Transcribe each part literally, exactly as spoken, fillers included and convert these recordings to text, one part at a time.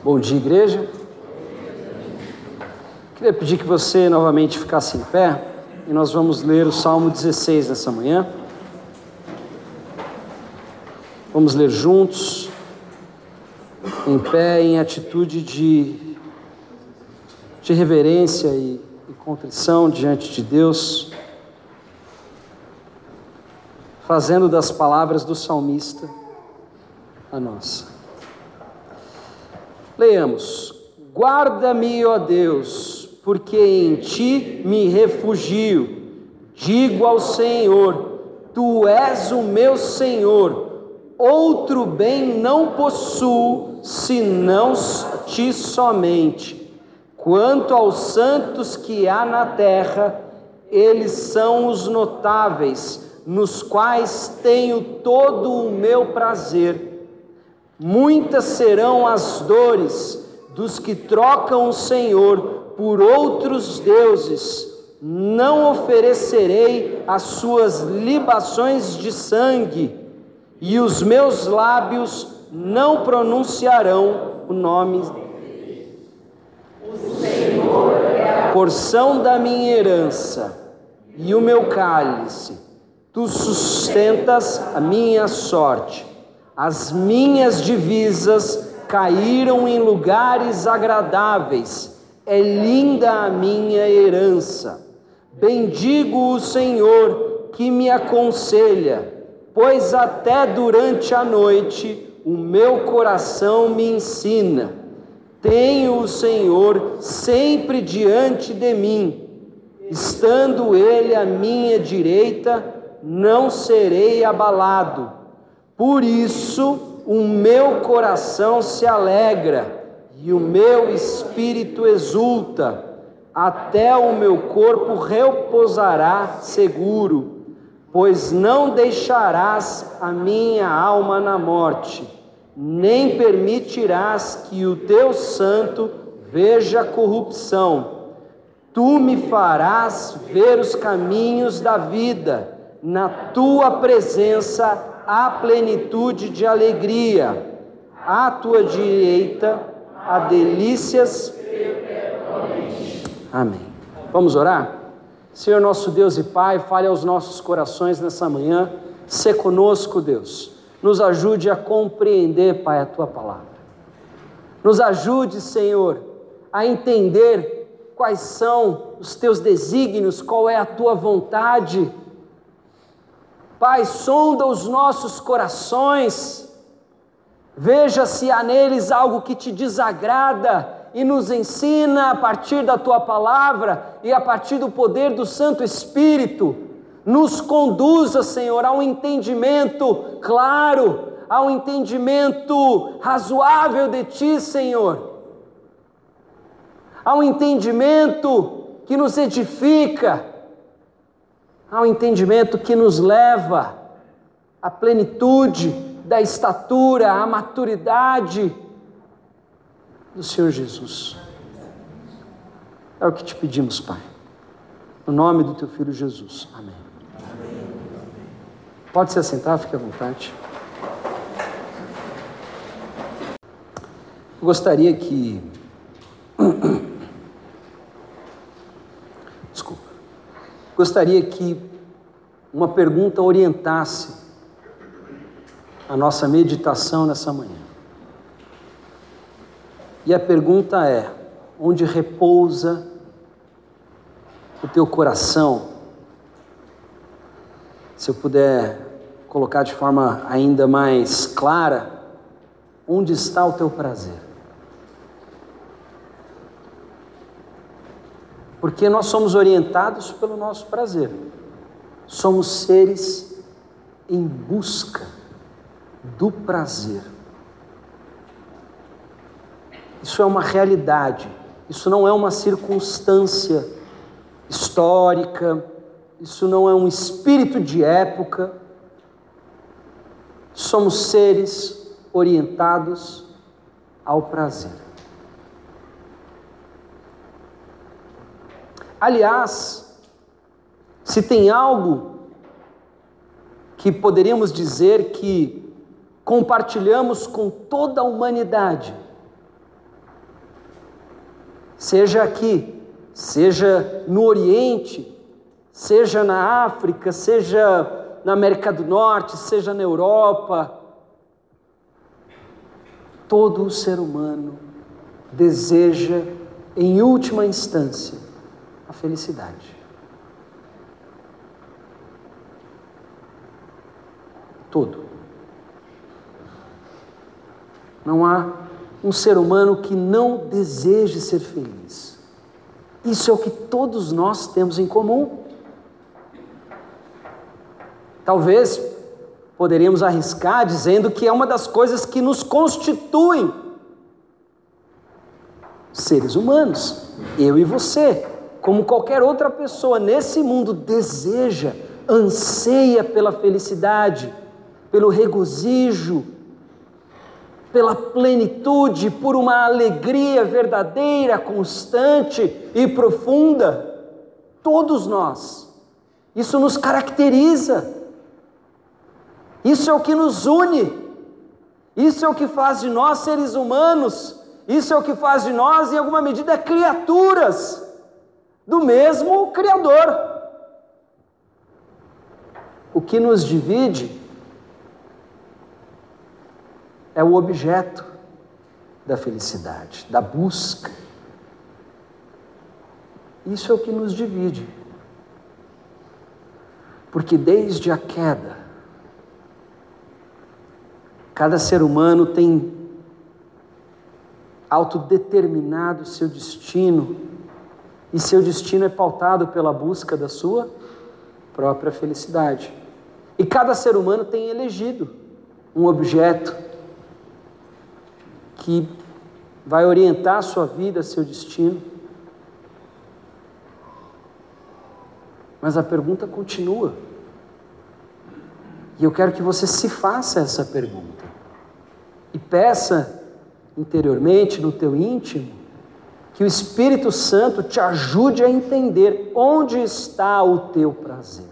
Bom dia, igreja. Queria pedir que você novamente ficasse em pé e nós vamos ler o Salmo dezesseis nessa manhã. Vamos ler juntos, em pé, em atitude de, de reverência e, e contrição diante de Deus, fazendo das palavras do salmista a nossa. Leiamos: guarda-me, ó Deus, porque em ti me refugio. Digo ao Senhor, tu és o meu Senhor, outro bem não possuo, senão ti somente. Quanto aos santos que há na terra, eles são os notáveis, nos quais tenho todo o meu prazer. Muitas serão as dores dos que trocam o Senhor por outros deuses. Não oferecerei as suas libações de sangue, e os meus lábios não pronunciarão o nome. O Senhor é a porção da minha herança e o meu cálice. Tu sustentas a minha sorte. As minhas divisas caíram em lugares agradáveis. É linda a minha herança. Bendigo o Senhor que me aconselha, pois até durante a noite o meu coração me ensina. Tenho o Senhor sempre diante de mim. Estando Ele à minha direita, não serei abalado. Por isso o meu coração se alegra e o meu espírito exulta. Até o meu corpo repousará seguro, pois não deixarás a minha alma na morte, nem permitirás que o teu santo veja corrupção. Tu me farás ver os caminhos da vida, na tua presença há plenitude de alegria, à tua direita há delícias. Amém. Vamos orar? Senhor nosso Deus e Pai, fale aos nossos corações nessa manhã. Sê conosco, Deus. Nos ajude a compreender, Pai, a tua palavra. Nos ajude, Senhor, a entender quais são os teus desígnios, qual é a tua vontade. Pai, sonda os nossos corações, veja se há neles algo que te desagrada e nos ensina a partir da Tua palavra e a partir do poder do Santo Espírito. Nos conduza, Senhor, a um entendimento claro, a um entendimento razoável de Ti, Senhor, a um entendimento que nos edifica, ao entendimento que nos leva à plenitude da estatura, à maturidade do Senhor Jesus. É o que te pedimos, Pai, no nome do Teu Filho Jesus. Amém. Amém. Pode se assentar, fique à vontade. Eu gostaria que... Desculpa. Gostaria que uma pergunta orientasse a nossa meditação nessa manhã. E a pergunta é: onde repousa o teu coração? Se eu puder colocar de forma ainda mais clara, onde está o teu prazer? Porque nós somos orientados pelo nosso prazer. Somos seres em busca do prazer. Isso é uma realidade. Isso não é uma circunstância histórica. Isso não é um espírito de época. Somos seres orientados ao prazer. Aliás, se tem algo que poderíamos dizer que compartilhamos com toda a humanidade, seja aqui, seja no Oriente, seja na África, seja na América do Norte, seja na Europa, todo o ser humano deseja, em última instância, a felicidade. Todo. Não há um ser humano que não deseje ser feliz. Isso é o que todos nós temos em comum. Talvez poderíamos arriscar dizendo que é uma das coisas que nos constituem seres humanos. Eu e você, como qualquer outra pessoa nesse mundo, deseja, anseia pela felicidade, pelo regozijo, pela plenitude, por uma alegria verdadeira, constante e profunda. Todos nós. Isso nos caracteriza. Isso é o que nos une. Isso é o que faz de nós seres humanos. Isso é o que faz de nós, em alguma medida, criaturas do mesmo Criador. O que nos divide é o objeto da felicidade, da busca. Isso é o que nos divide. Porque desde a queda, cada ser humano tem autodeterminado seu destino, e seu destino é pautado pela busca da sua própria felicidade. E cada ser humano tem elegido um objeto que vai orientar a sua vida, seu destino. Mas a pergunta continua. E eu quero que você se faça essa pergunta. E peça interiormente, no teu íntimo, que o Espírito Santo te ajude a entender onde está o teu prazer.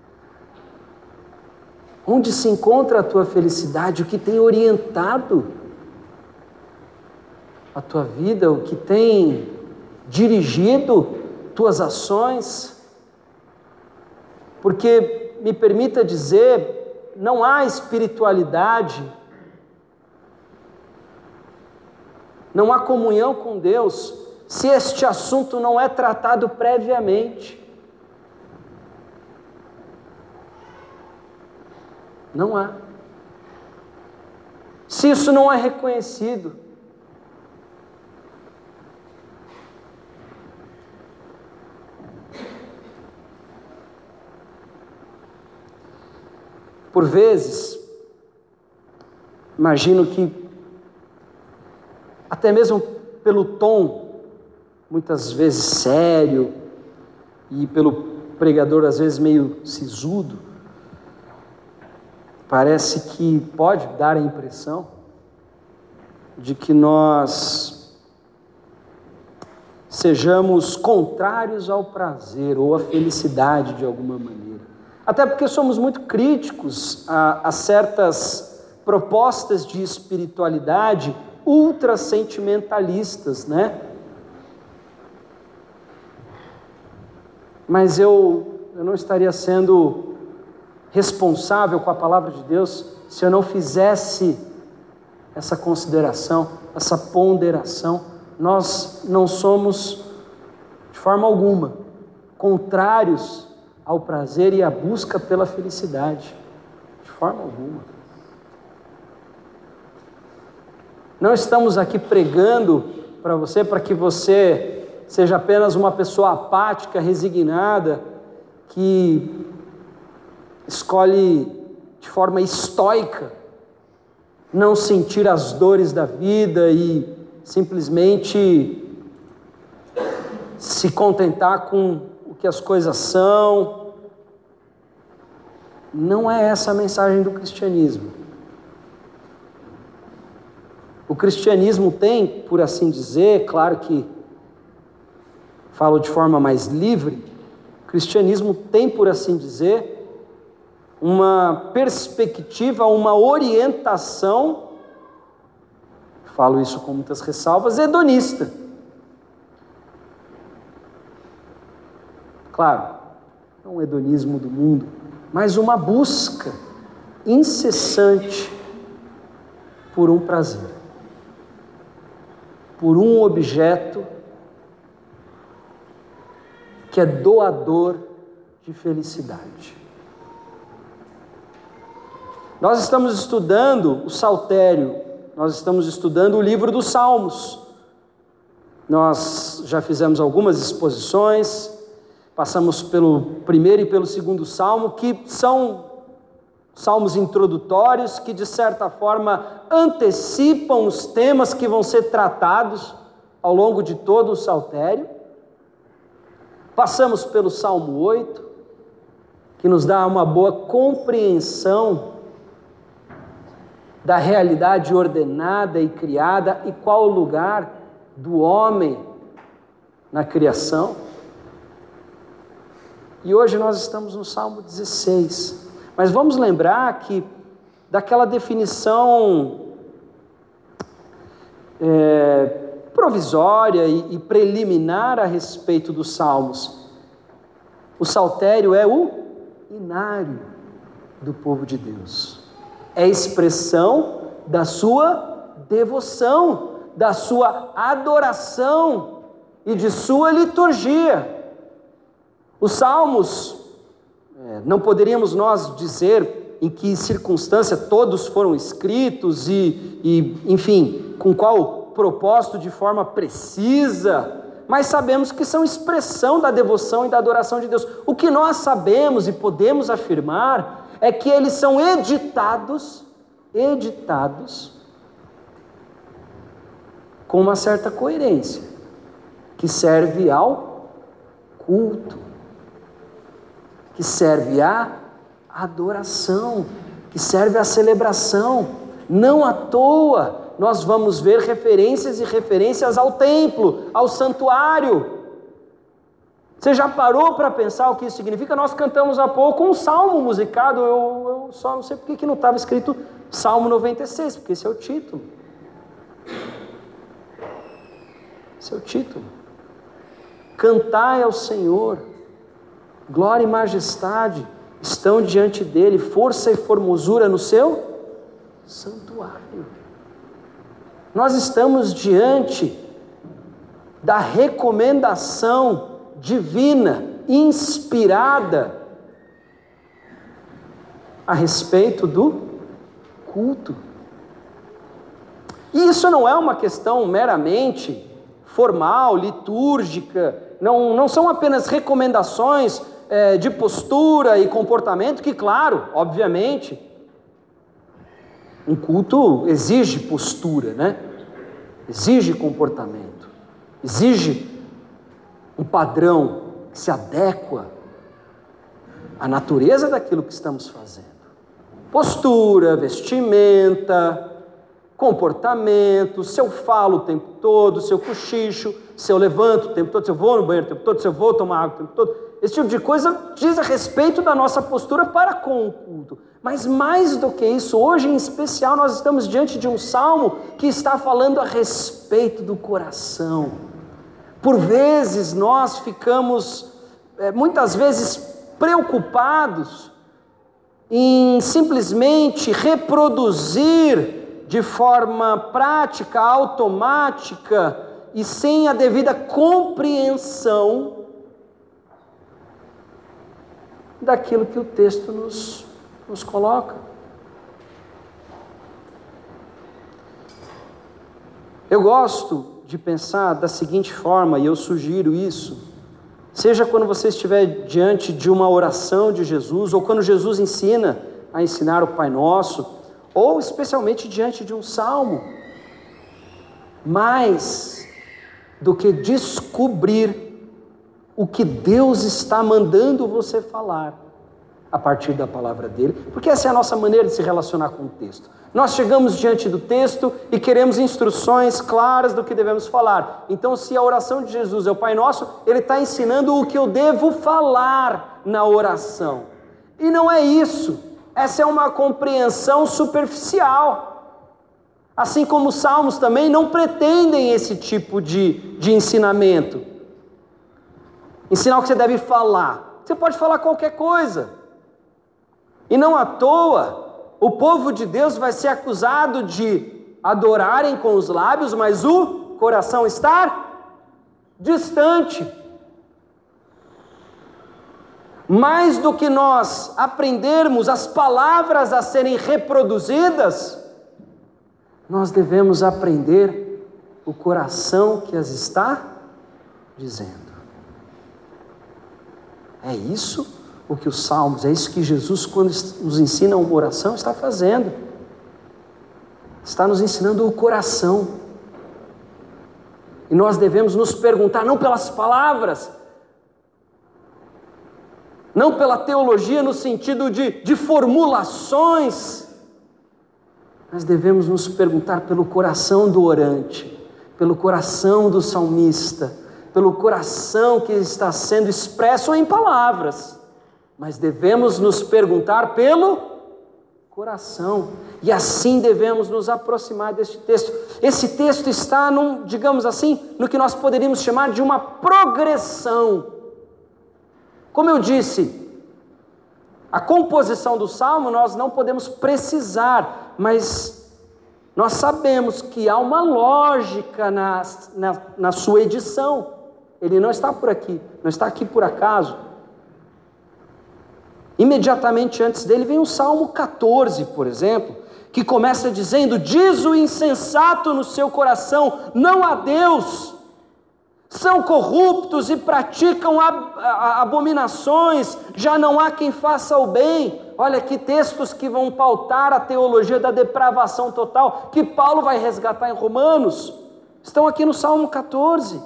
Onde se encontra a tua felicidade, o que tem orientado a tua vida, o que tem dirigido tuas ações. Porque, me permita dizer, não há espiritualidade, não há comunhão com Deus, se este assunto não é tratado previamente. Não há. Se isso não é reconhecido, por vezes, imagino que, até mesmo pelo tom, muitas vezes sério, e pelo pregador às vezes meio sisudo, parece que pode dar a impressão de que nós sejamos contrários ao prazer ou à felicidade de alguma maneira. Até porque somos muito críticos a, a certas propostas de espiritualidade ultra sentimentalistas, né? Mas eu, eu não estaria sendo responsável com a palavra de Deus se eu não fizesse essa consideração, essa ponderação. Nós não somos, de forma alguma, contrários ao prazer e à busca pela felicidade, de forma alguma. Não estamos aqui pregando para você para que você seja apenas uma pessoa apática, resignada, que escolhe de forma estoica não sentir as dores da vida e simplesmente se contentar com o que as coisas são. Não é essa a mensagem do cristianismo. O cristianismo tem, por assim dizer, claro que falo de forma mais livre, o cristianismo tem, por assim dizer, uma perspectiva, uma orientação, falo isso com muitas ressalvas, hedonista. Claro, não um hedonismo do mundo, mas uma busca incessante por um prazer, por um objeto que é doador de felicidade. Nós estamos estudando o Saltério, nós estamos estudando o livro dos Salmos. Nós já fizemos algumas exposições, passamos pelo primeiro e pelo segundo salmo, que são salmos introdutórios, que de certa forma antecipam os temas que vão ser tratados ao longo de todo o Saltério. Passamos pelo Salmo oito, que nos dá uma boa compreensão da realidade ordenada e criada e qual o lugar do homem na criação. E hoje nós estamos no Salmo dezesseis. Mas vamos lembrar que daquela definição é, provisória e, e preliminar a respeito dos Salmos. O Saltério é o inário do povo de Deus. É expressão da sua devoção, da sua adoração e de sua liturgia. Os Salmos, não poderíamos nós dizer em que circunstância todos foram escritos e, e, enfim, com qual propósito de forma precisa, mas sabemos que são expressão da devoção e da adoração de Deus. O que nós sabemos e podemos afirmar é que eles são editados, editados com uma certa coerência, que serve ao culto, que serve à adoração, que serve à celebração. Não à toa nós vamos ver referências e referências ao templo, ao santuário. Você já parou para pensar o que isso significa? Nós cantamos há pouco um salmo musicado, eu, eu só não sei porque que não estava escrito Salmo noventa e seis, porque esse é o título. Esse é o título. Cantai ao Senhor, glória e majestade estão diante dele, força e formosura no seu santuário. Nós estamos diante da recomendação divina, inspirada a respeito do culto. E isso não é uma questão meramente formal, litúrgica, não, não são apenas recomendações é, de postura e comportamento, que claro, obviamente, um culto exige postura, né? Exige comportamento, exige um padrão que se adequa à natureza daquilo que estamos fazendo. Postura, vestimenta, comportamento, se eu falo o tempo todo, se eu cochicho, se eu levanto o tempo todo, se eu vou no banheiro o tempo todo, se eu vou tomar água o tempo todo, esse tipo de coisa diz a respeito da nossa postura para com o culto. Mas mais do que isso, hoje em especial nós estamos diante de um salmo que está falando a respeito do coração. Por vezes nós ficamos, é, muitas vezes, preocupados em simplesmente reproduzir de forma prática, automática e sem a devida compreensão daquilo que o texto nos, nos coloca. Eu gosto de pensar da seguinte forma, e eu sugiro isso, seja quando você estiver diante de uma oração de Jesus, ou quando Jesus ensina a ensinar o Pai Nosso, ou especialmente diante de um salmo, mais do que descobrir o que Deus está mandando você falar a partir da palavra dele, porque essa é a nossa maneira de se relacionar com o texto. Nós chegamos diante do texto e queremos instruções claras do que devemos falar. Então, se a oração de Jesus é o Pai Nosso, ele está ensinando o que eu devo falar na oração. E não é isso. Essa é uma compreensão superficial. Assim como os salmos também não pretendem esse tipo de, de ensinamento. ensinar o que você deve falar. Você pode falar qualquer coisa. E não à toa, o povo de Deus vai ser acusado de adorarem com os lábios, mas o coração estar distante. Mais do que nós aprendermos as palavras a serem reproduzidas, nós devemos aprender o coração que as está dizendo. É isso o que os Salmos, é isso que Jesus, quando nos ensina uma oração, está fazendo. Está nos ensinando o coração. E nós devemos nos perguntar, não pelas palavras, não pela teologia no sentido de, de formulações, mas devemos nos perguntar pelo coração do orante, pelo coração do salmista, pelo coração que está sendo expresso em palavras, mas devemos nos perguntar pelo coração, e assim devemos nos aproximar deste texto. Esse texto está, num, digamos assim, no que nós poderíamos chamar de uma progressão. Como eu disse, a composição do salmo nós não podemos precisar, mas nós sabemos que há uma lógica na, na, na sua edição. Ele não está por aqui, não está aqui por acaso. Imediatamente antes dele vem o Salmo catorze, por exemplo, que começa dizendo: diz o insensato no seu coração, não há Deus. São corruptos e praticam abominações, já não há quem faça o bem. Olha que textos que vão pautar a teologia da depravação total, que Paulo vai resgatar em Romanos, estão aqui no Salmo catorze.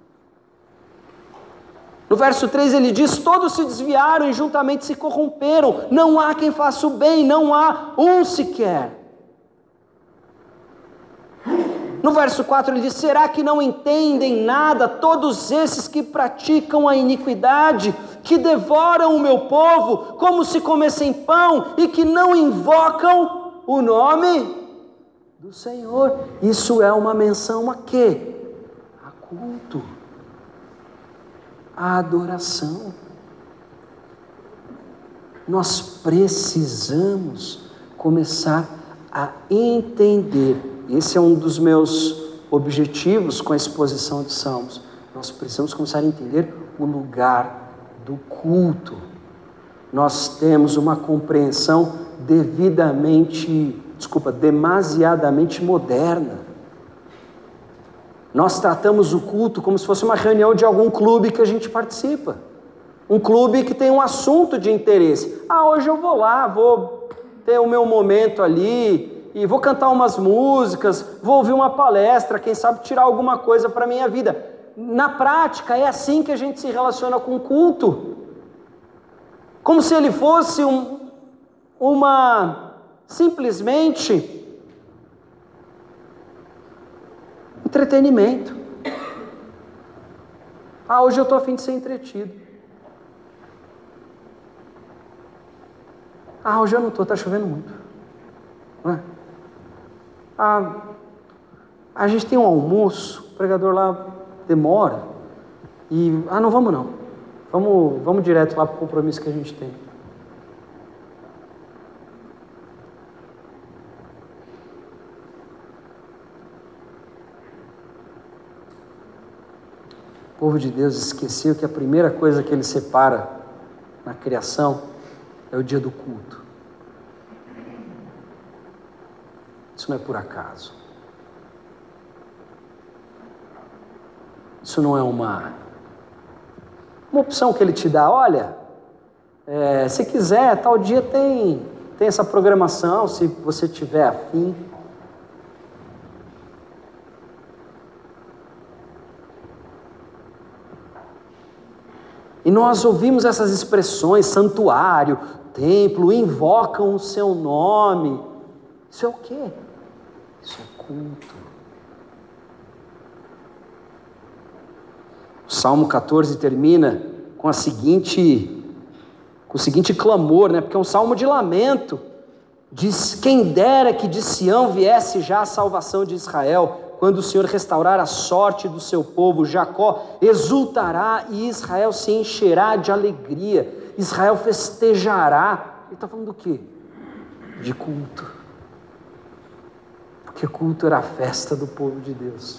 No verso três ele diz: todos se desviaram e juntamente se corromperam, não há quem faça o bem, não há um sequer. No verso quatro ele diz: será que não entendem nada todos esses que praticam a iniquidade, que devoram o meu povo como se comessem pão e que não invocam o nome do Senhor? Isso é uma menção a quê? A culto, a adoração. Nós precisamos começar a entender. Esse é um dos meus objetivos com a exposição de Salmos. Nós precisamos começar a entender o lugar do culto. Nós temos uma compreensão devidamente, desculpa, demasiadamente moderna. Nós tratamos o culto como se fosse uma reunião de algum clube que a gente participa. Um clube que tem um assunto de interesse. Ah, hoje eu vou lá, vou ter o meu momento ali, e vou cantar umas músicas, vou ouvir uma palestra, quem sabe tirar alguma coisa para a minha vida. Na prática, é assim que a gente se relaciona com o culto. Como se ele fosse um, uma, simplesmente, entretenimento. Ah, hoje eu estou a fim de ser entretido. Ah, hoje eu não estou, está chovendo muito. Não é? Ah, a gente tem um almoço, o pregador lá demora, e, ah, não vamos não, vamos, vamos direto lá para o compromisso que a gente tem. O povo de Deus esqueceu que a primeira coisa que ele separa na criação é o dia do culto. Isso não é por acaso. Isso não é uma, uma opção que ele te dá. Olha, é, se quiser, tal dia tem, tem essa programação, se você tiver afim. E nós ouvimos essas expressões: santuário, templo, invocam o seu nome. Isso é o quê? Isso é culto. O Salmo catorze termina com a seguinte, com o seguinte clamor, né? Porque é um salmo de lamento. Diz: quem dera que de Sião viesse já a salvação de Israel. quando o Senhor restaurar a sorte do seu povo, Jacó exultará e Israel se encherá de alegria, Israel festejará. Ele está falando do quê? De culto. Porque culto era a festa do povo de Deus.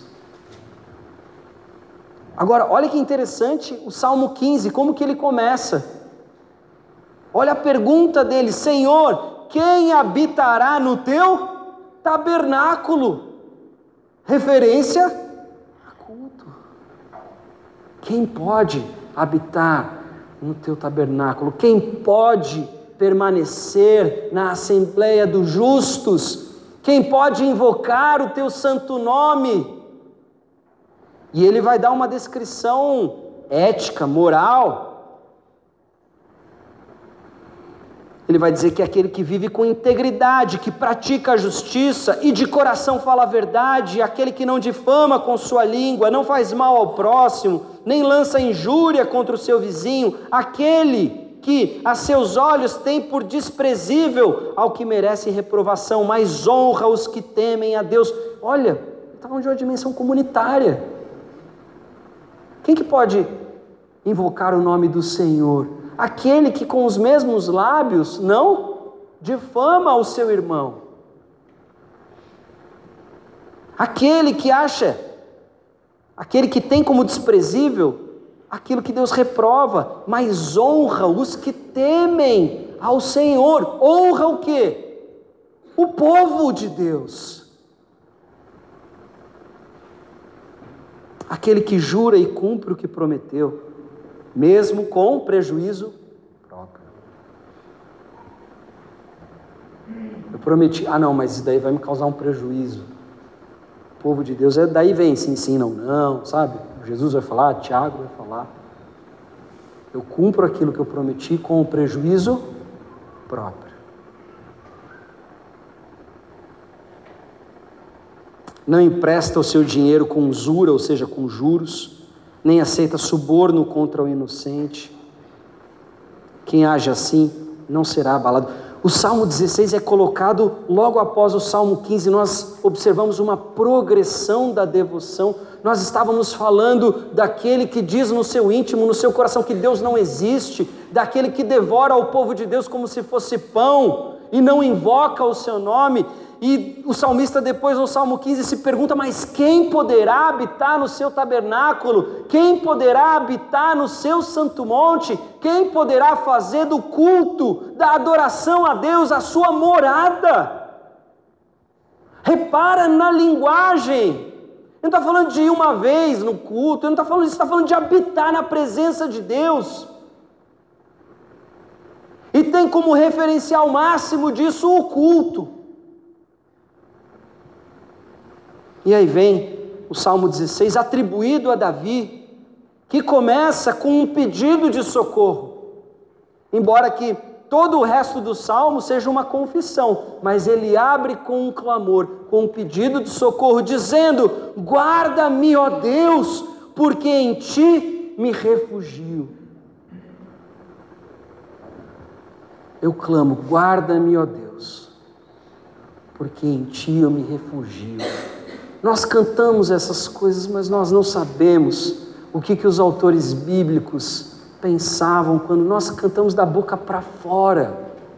Agora, olha que interessante o Salmo quinze, como que ele começa. Olha a pergunta dele: Senhor, quem habitará no teu tabernáculo? Referência a culto. Quem pode habitar no teu tabernáculo? Quem pode permanecer na assembleia dos justos? Quem pode invocar o teu santo nome? E ele vai dar uma descrição ética, moral. Ele vai dizer que é aquele que vive com integridade, que pratica a justiça e de coração fala a verdade, aquele que não difama com sua língua, não faz mal ao próximo, nem lança injúria contra o seu vizinho, aquele que a seus olhos tem por desprezível ao que merece reprovação, mas honra os que temem a Deus. Olha, ele está falando de uma dimensão comunitária. Quem que pode invocar o nome do Senhor? Aquele que com os mesmos lábios não difama o seu irmão. Aquele que acha, aquele que tem como desprezível aquilo que Deus reprova, mas honra os que temem ao Senhor. Honra o quê? O povo de Deus. Aquele que jura e cumpre o que prometeu, mesmo com prejuízo próprio. Eu prometi, ah não, mas isso daí vai me causar um prejuízo. O povo de Deus, é daí vem sim, sim, não, não, sabe? Jesus vai falar, Tiago vai falar. Eu cumpro aquilo que eu prometi com o prejuízo próprio. Não empresta o seu dinheiro com usura, ou seja, com juros, nem aceita suborno contra o inocente. Quem age assim não será abalado. O Salmo dezesseis é colocado logo após o Salmo quinze. Nós observamos uma progressão da devoção. Nós estávamos falando daquele que diz no seu íntimo, no seu coração, que Deus não existe, daquele que devora o povo de Deus como se fosse pão e não invoca o seu nome. E o salmista depois no Salmo quinze se pergunta, mas quem poderá habitar no seu tabernáculo? Quem poderá habitar no seu santo monte? Quem poderá fazer do culto, da adoração a Deus, a sua morada? Repara na linguagem. Ele não está falando de ir uma vez no culto, ele não está falando disso, ele está falando de habitar na presença de Deus. E tem como referencial máximo disso o culto. E aí vem o Salmo dezesseis, atribuído a Davi, que começa com um pedido de socorro. Embora que todo o resto do Salmo seja uma confissão, mas ele abre com um clamor, com um pedido de socorro, dizendo, guarda-me, ó Deus, porque em ti me refugio. Eu clamo, guarda-me, ó Deus, porque em ti eu me refugio. Nós cantamos essas coisas, mas nós não sabemos o que, que os autores bíblicos pensavam quando nós cantamos da boca para fora.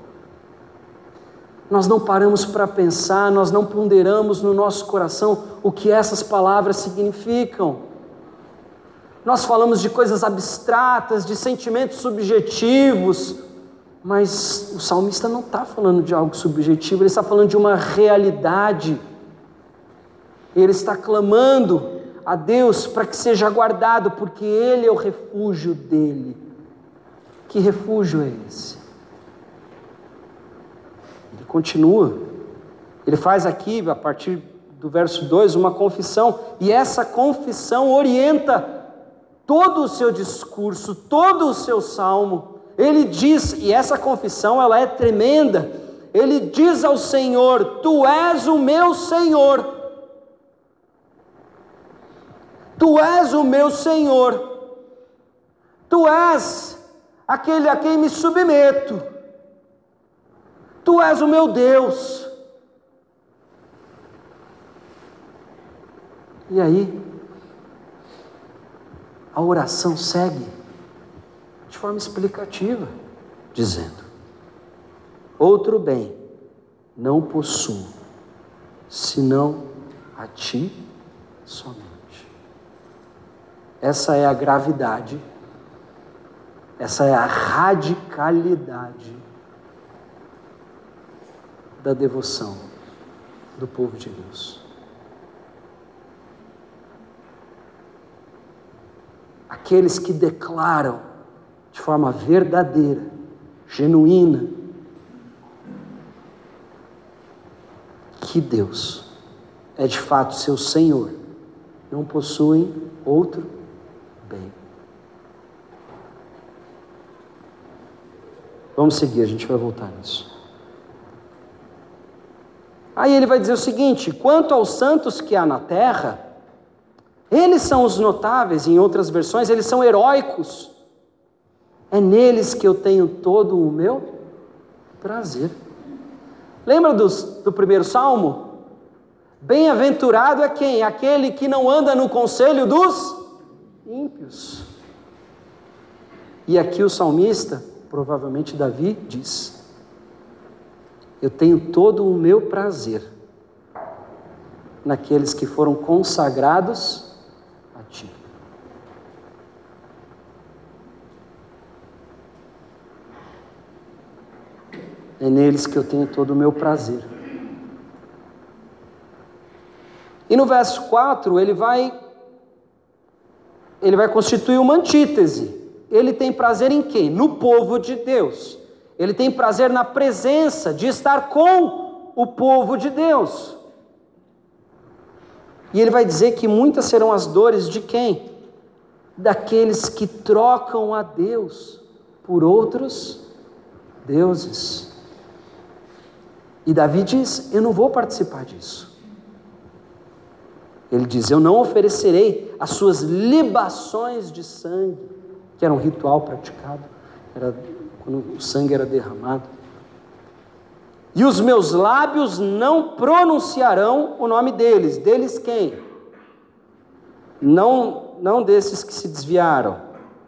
Nós não paramos para pensar, nós não ponderamos no nosso coração o que essas palavras significam. Nós falamos de coisas abstratas, de sentimentos subjetivos, mas o salmista não está falando de algo subjetivo, ele está falando de uma realidade. Ele está clamando a Deus para que seja guardado, porque Ele é o refúgio dele. Que refúgio é esse? Ele continua, ele faz aqui, a partir do verso dois, uma confissão, e essa confissão orienta todo o seu discurso, todo o seu salmo. Ele diz, e essa confissão ela é tremenda, ele diz ao Senhor, tu és o meu Senhor. Tu és o meu Senhor, Tu és aquele a quem me submeto, Tu és o meu Deus. E aí, a oração segue de forma explicativa, dizendo: outro bem não possuo, senão a ti somente. Essa é a gravidade, essa é a radicalidade da devoção do povo de Deus. Aqueles que declaram de forma verdadeira, genuína, que Deus é de fato seu Senhor, não possuem outro bem. Vamos seguir, a gente vai voltar nisso. Aí ele vai dizer o seguinte: quanto aos santos que há na terra, eles são os notáveis, em outras versões, eles são heróicos. É neles que eu tenho todo o meu prazer. Lembra dos, do primeiro salmo? Bem-aventurado é quem? Aquele que não anda no conselho dos ímpios. E aqui o salmista, provavelmente Davi, diz: eu tenho todo o meu prazer naqueles que foram consagrados a ti. É neles que eu tenho todo o meu prazer. E no verso quatro, ele vai, ele vai constituir uma antítese. Ele tem prazer em quem? No povo de Deus. Ele tem prazer na presença de estar com o povo de Deus. E ele vai dizer que muitas serão as dores de quem? Daqueles que trocam a Deus por outros deuses. E Davi diz: eu não vou participar disso. Ele diz: eu não oferecerei as suas libações de sangue, que era um ritual praticado, era quando o sangue era derramado. E os meus lábios não pronunciarão o nome deles. Deles quem? Não, não desses que se desviaram,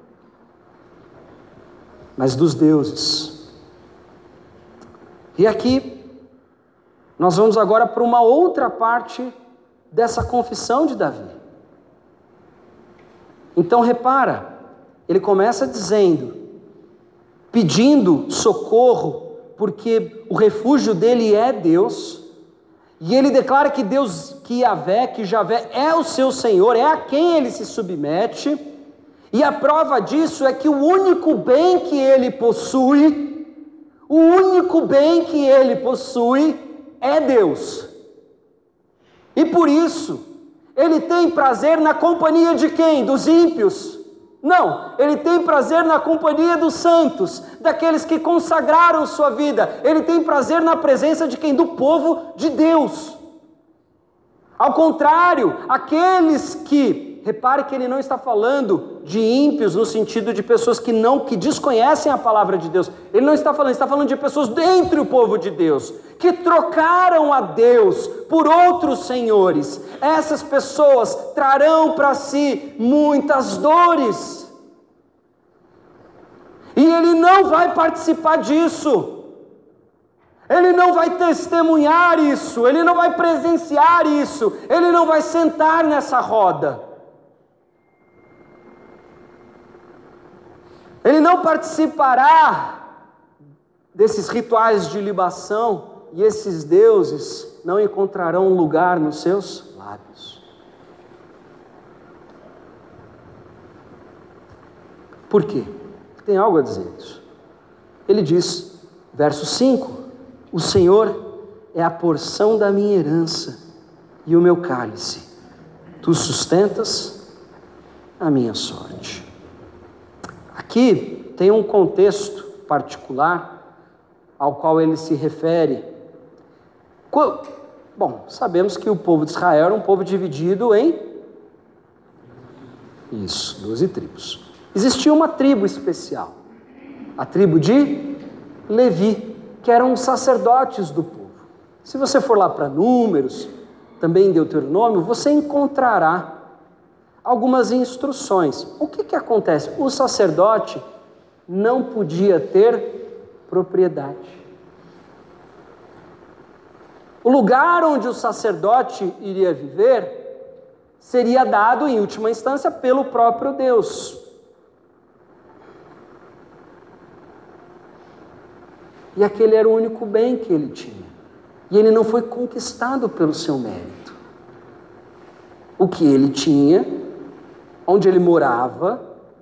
mas dos deuses. E aqui, nós vamos agora para uma outra parte dessa confissão de Davi. Então repara, ele começa dizendo, pedindo socorro, porque o refúgio dele é Deus, e ele declara que Deus, que Yahvé, que Javé é o seu Senhor, é a quem ele se submete, e a prova disso é que o único bem que ele possui, o único bem que ele possui é Deus. E por isso, ele tem prazer na companhia de quem? Dos ímpios? Não, ele tem prazer na companhia dos santos, daqueles que consagraram sua vida. Ele tem prazer na presença de quem? Do povo de Deus. Ao contrário, aqueles que, repare que ele não está falando de ímpios no sentido de pessoas que não, que desconhecem a palavra de Deus. Ele não está falando, ele está falando de pessoas dentre o povo de Deus, que trocaram a Deus por outros senhores. Essas pessoas trarão para si muitas dores. E ele não vai participar disso. Ele não vai testemunhar isso, ele não vai presenciar isso, ele não vai sentar nessa roda. Ele não participará desses rituais de libação, e esses deuses não encontrarão lugar nos seus lábios. Por quê? Tem algo a dizer isso. Ele diz, verso cinco, o Senhor é a porção da minha herança e o meu cálice. Tu sustentas a minha sorte. Aqui tem um contexto particular ao qual ele se refere. Bom, sabemos que o povo de Israel era um povo dividido em isso, doze tribos. Existia uma tribo especial, a tribo de Levi, que eram os sacerdotes do povo. Se você for lá para Números, também em Deuteronômio, você encontrará algumas instruções. O que que acontece? O sacerdote não podia ter propriedade. O lugar onde o sacerdote iria viver seria dado, em última instância, pelo próprio Deus. E aquele era o único bem que ele tinha. E ele não foi conquistado pelo seu mérito. O que ele tinha, onde ele morava,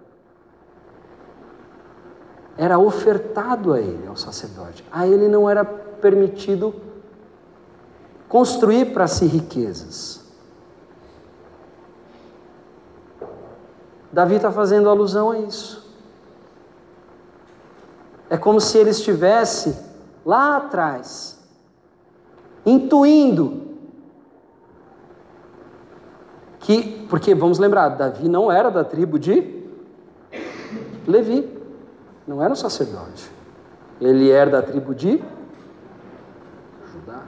era ofertado a ele, ao sacerdote. A ele não era permitido construir para si riquezas. Davi está fazendo alusão a isso. É como se ele estivesse lá atrás, intuindo que, porque vamos lembrar, Davi não era da tribo de Levi, não era um sacerdote, ele era da tribo de Judá.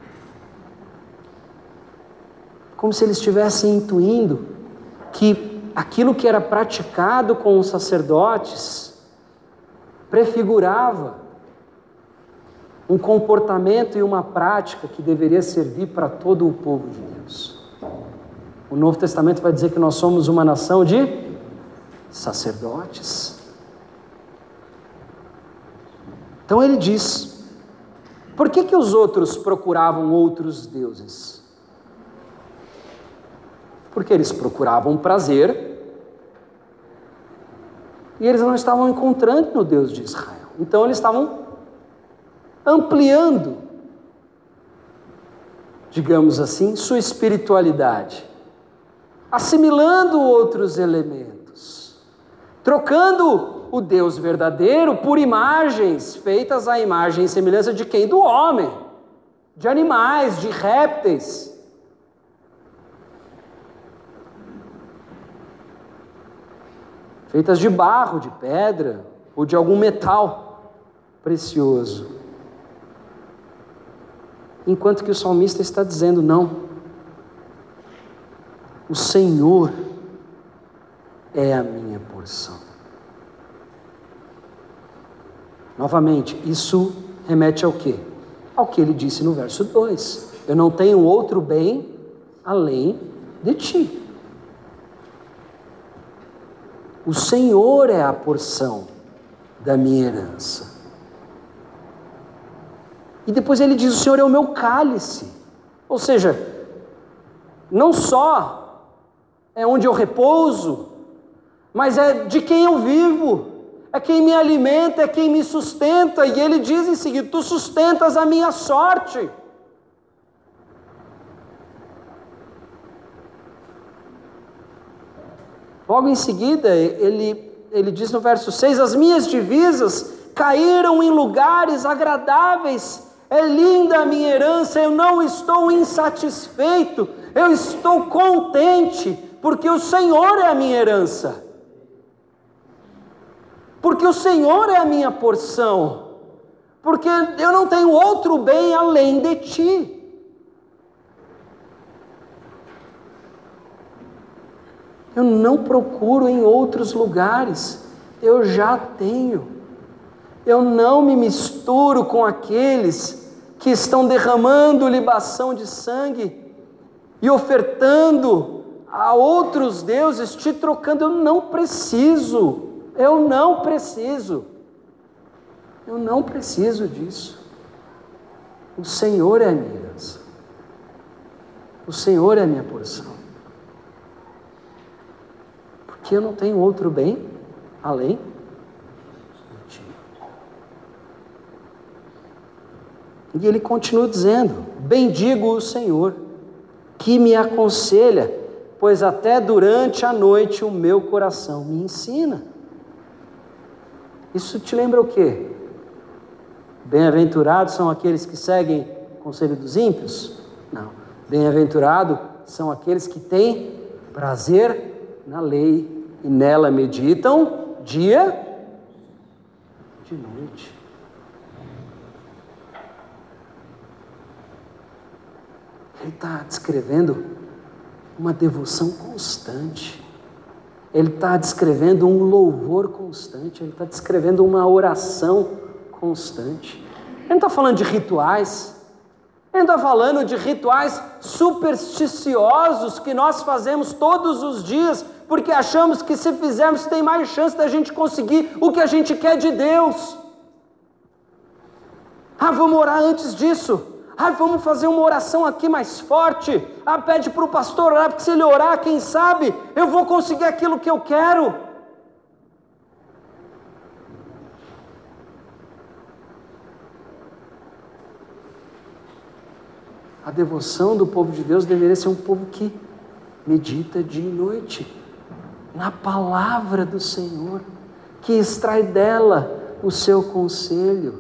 Como se ele estivesse intuindo que aquilo que era praticado com os sacerdotes prefigurava um comportamento e uma prática que deveria servir para todo o povo de Deus. O Novo Testamento vai dizer que nós somos uma nação de sacerdotes. Então ele diz, por que que os outros procuravam outros deuses? Porque eles procuravam prazer e eles não estavam encontrando no Deus de Israel. Então eles estavam ampliando, digamos assim, sua espiritualidade, assimilando outros elementos, trocando o Deus verdadeiro por imagens feitas à imagem e semelhança de quem? Do homem, de animais, de répteis. Feitas de barro, de pedra ou de algum metal precioso. Enquanto que o salmista está dizendo, não, o Senhor é a minha porção. Novamente, isso remete ao quê? Ao que ele disse no verso dois. Eu não tenho outro bem além de ti. O Senhor é a porção da minha herança. E depois ele diz, o Senhor é o meu cálice. Ou seja, não só é onde eu repouso, mas é de quem eu vivo, é quem me alimenta, é quem me sustenta. E ele diz em seguida, tu sustentas a minha sorte. Logo em seguida, ele, ele diz no verso seis, as minhas divisas caíram em lugares agradáveis, é linda a minha herança, eu não estou insatisfeito, eu estou contente, porque o Senhor é a minha herança, porque o Senhor é a minha porção, porque eu não tenho outro bem além de ti. Eu não procuro em outros lugares, eu já tenho. Eu não me misturo com aqueles que estão derramando libação de sangue e ofertando a outros deuses, te trocando. Eu não preciso, eu não preciso, eu não preciso disso. O Senhor é a minha herança, o Senhor é a minha porção. Que eu não tenho outro bem além de ti. E ele continua dizendo, bendigo o Senhor, que me aconselha, pois até durante a noite o meu coração me ensina. Isso te lembra o quê? Bem-aventurados são aqueles que seguem o conselho dos ímpios? Não. Bem-aventurados são aqueles que têm prazer na lei e nela meditam dia de noite. Ele está descrevendo uma devoção constante. Ele está descrevendo um louvor constante. Ele está descrevendo uma oração constante. Ele não está falando de rituais. Ele não está falando de rituais supersticiosos que nós fazemos todos os dias, porque achamos que se fizermos tem mais chance da gente conseguir o que a gente quer de Deus. Ah, vamos orar antes disso. Ah, vamos fazer uma oração aqui mais forte. Ah, pede para o pastor orar, porque se ele orar, quem sabe, eu vou conseguir aquilo que eu quero. A devoção do povo de Deus deveria ser um povo que medita dia e noite na palavra do Senhor, que extrai dela o seu conselho,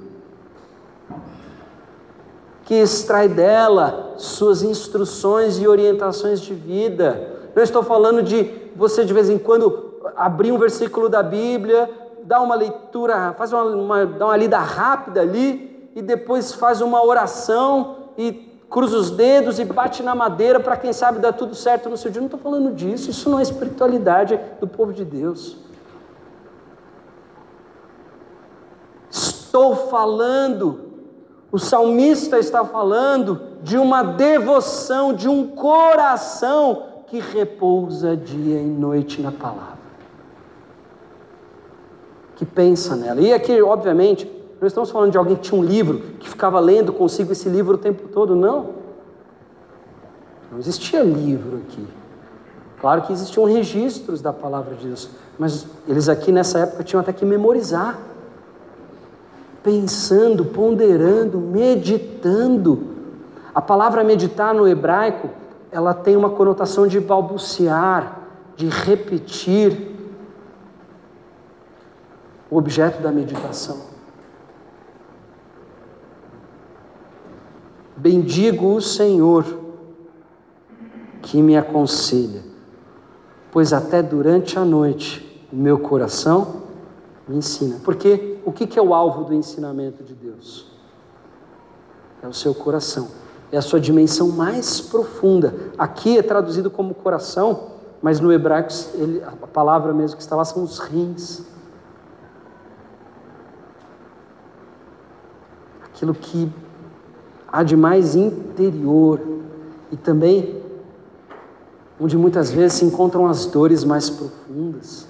que extrai dela suas instruções e orientações de vida. Não estou falando de você de vez em quando abrir um versículo da Bíblia, dar uma leitura, faz uma, uma, dar uma lida rápida ali e depois faz uma oração e cruza os dedos e bate na madeira para quem sabe dar tudo certo no seu dia. Não estou falando disso, isso não é espiritualidade do povo de Deus. Estou falando, o salmista está falando de uma devoção, de um coração que repousa dia e noite na palavra, que pensa nela. E aqui, obviamente, não estamos falando de alguém que tinha um livro, que ficava lendo consigo esse livro o tempo todo, não. Não existia livro aqui. Claro que existiam registros da palavra de Deus, mas eles aqui nessa época tinham até que memorizar. Pensando, ponderando, meditando. A palavra meditar no hebraico, ela tem uma conotação de balbuciar, de repetir o objeto da meditação. Bendigo o Senhor que me aconselha, pois até durante a noite o meu coração me ensina. Porque o que é o alvo do ensinamento de Deus? É o seu coração, é a sua dimensão mais profunda. Aqui é traduzido como coração, mas no hebraico ele, a palavra mesmo que está lá são os rins. Aquilo que há de mais interior e também onde muitas vezes se encontram as dores mais profundas.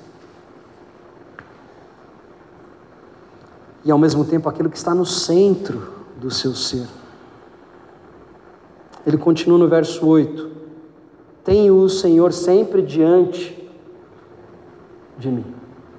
E ao mesmo tempo aquilo que está no centro do seu ser. Ele continua no verso oito: tenho o Senhor sempre diante de mim.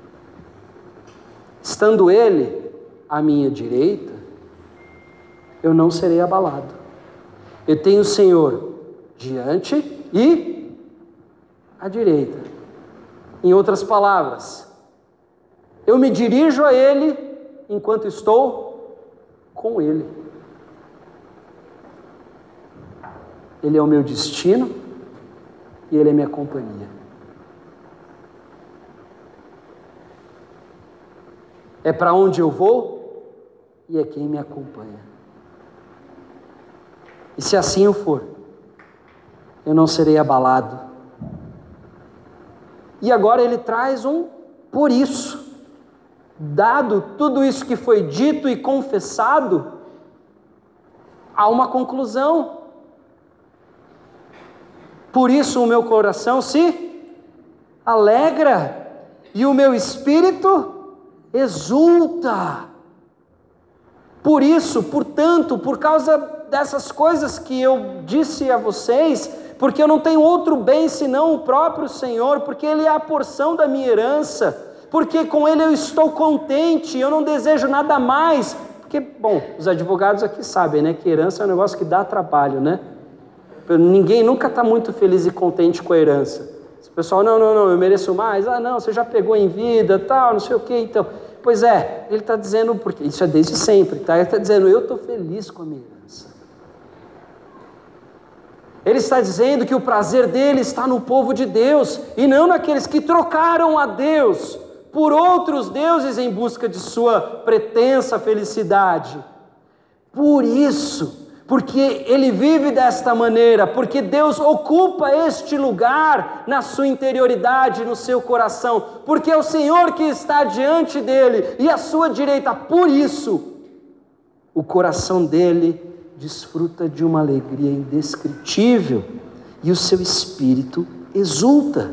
Estando Ele à minha direita, eu não serei abalado. Eu tenho o Senhor diante e à direita. Em outras palavras, eu me dirijo a Ele enquanto estou com Ele. Ele é o meu destino e Ele é minha companhia. É para onde eu vou e é quem me acompanha. E se assim eu for, eu não serei abalado. E agora ele traz um por isso. Dado tudo isso que foi dito e confessado, há uma conclusão. Por isso o meu coração se alegra e o meu espírito exulta. Por isso, portanto, por causa dessas coisas que eu disse a vocês, porque eu não tenho outro bem senão o próprio Senhor, porque Ele é a porção da minha herança, porque com Ele eu estou contente, eu não desejo nada mais, porque, bom, os advogados aqui sabem, né, que herança é um negócio que dá trabalho, né? Ninguém nunca está muito feliz e contente com a herança. O pessoal, não, não, não, eu mereço mais, ah não, você já pegou em vida, tal, não sei o que, então, pois é, ele está dizendo, porque isso é desde sempre, tá? Ele está dizendo, eu estou feliz com a minha herança. Ele está dizendo que o prazer dele está no povo de Deus, e não naqueles que trocaram a Deus por outros deuses em busca de sua pretensa felicidade. Por isso, porque ele vive desta maneira, porque Deus ocupa este lugar na sua interioridade, no seu coração, porque é o Senhor que está diante dele e à sua direita. Por isso, o coração dele desfruta de uma alegria indescritível e o seu espírito exulta.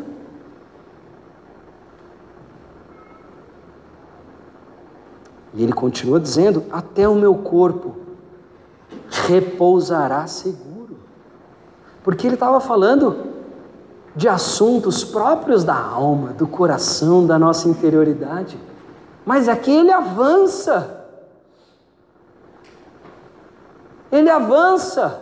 E ele continua dizendo: até o meu corpo repousará seguro. Porque ele estava falando de assuntos próprios da alma, do coração, da nossa interioridade. Mas aqui ele avança. Ele avança.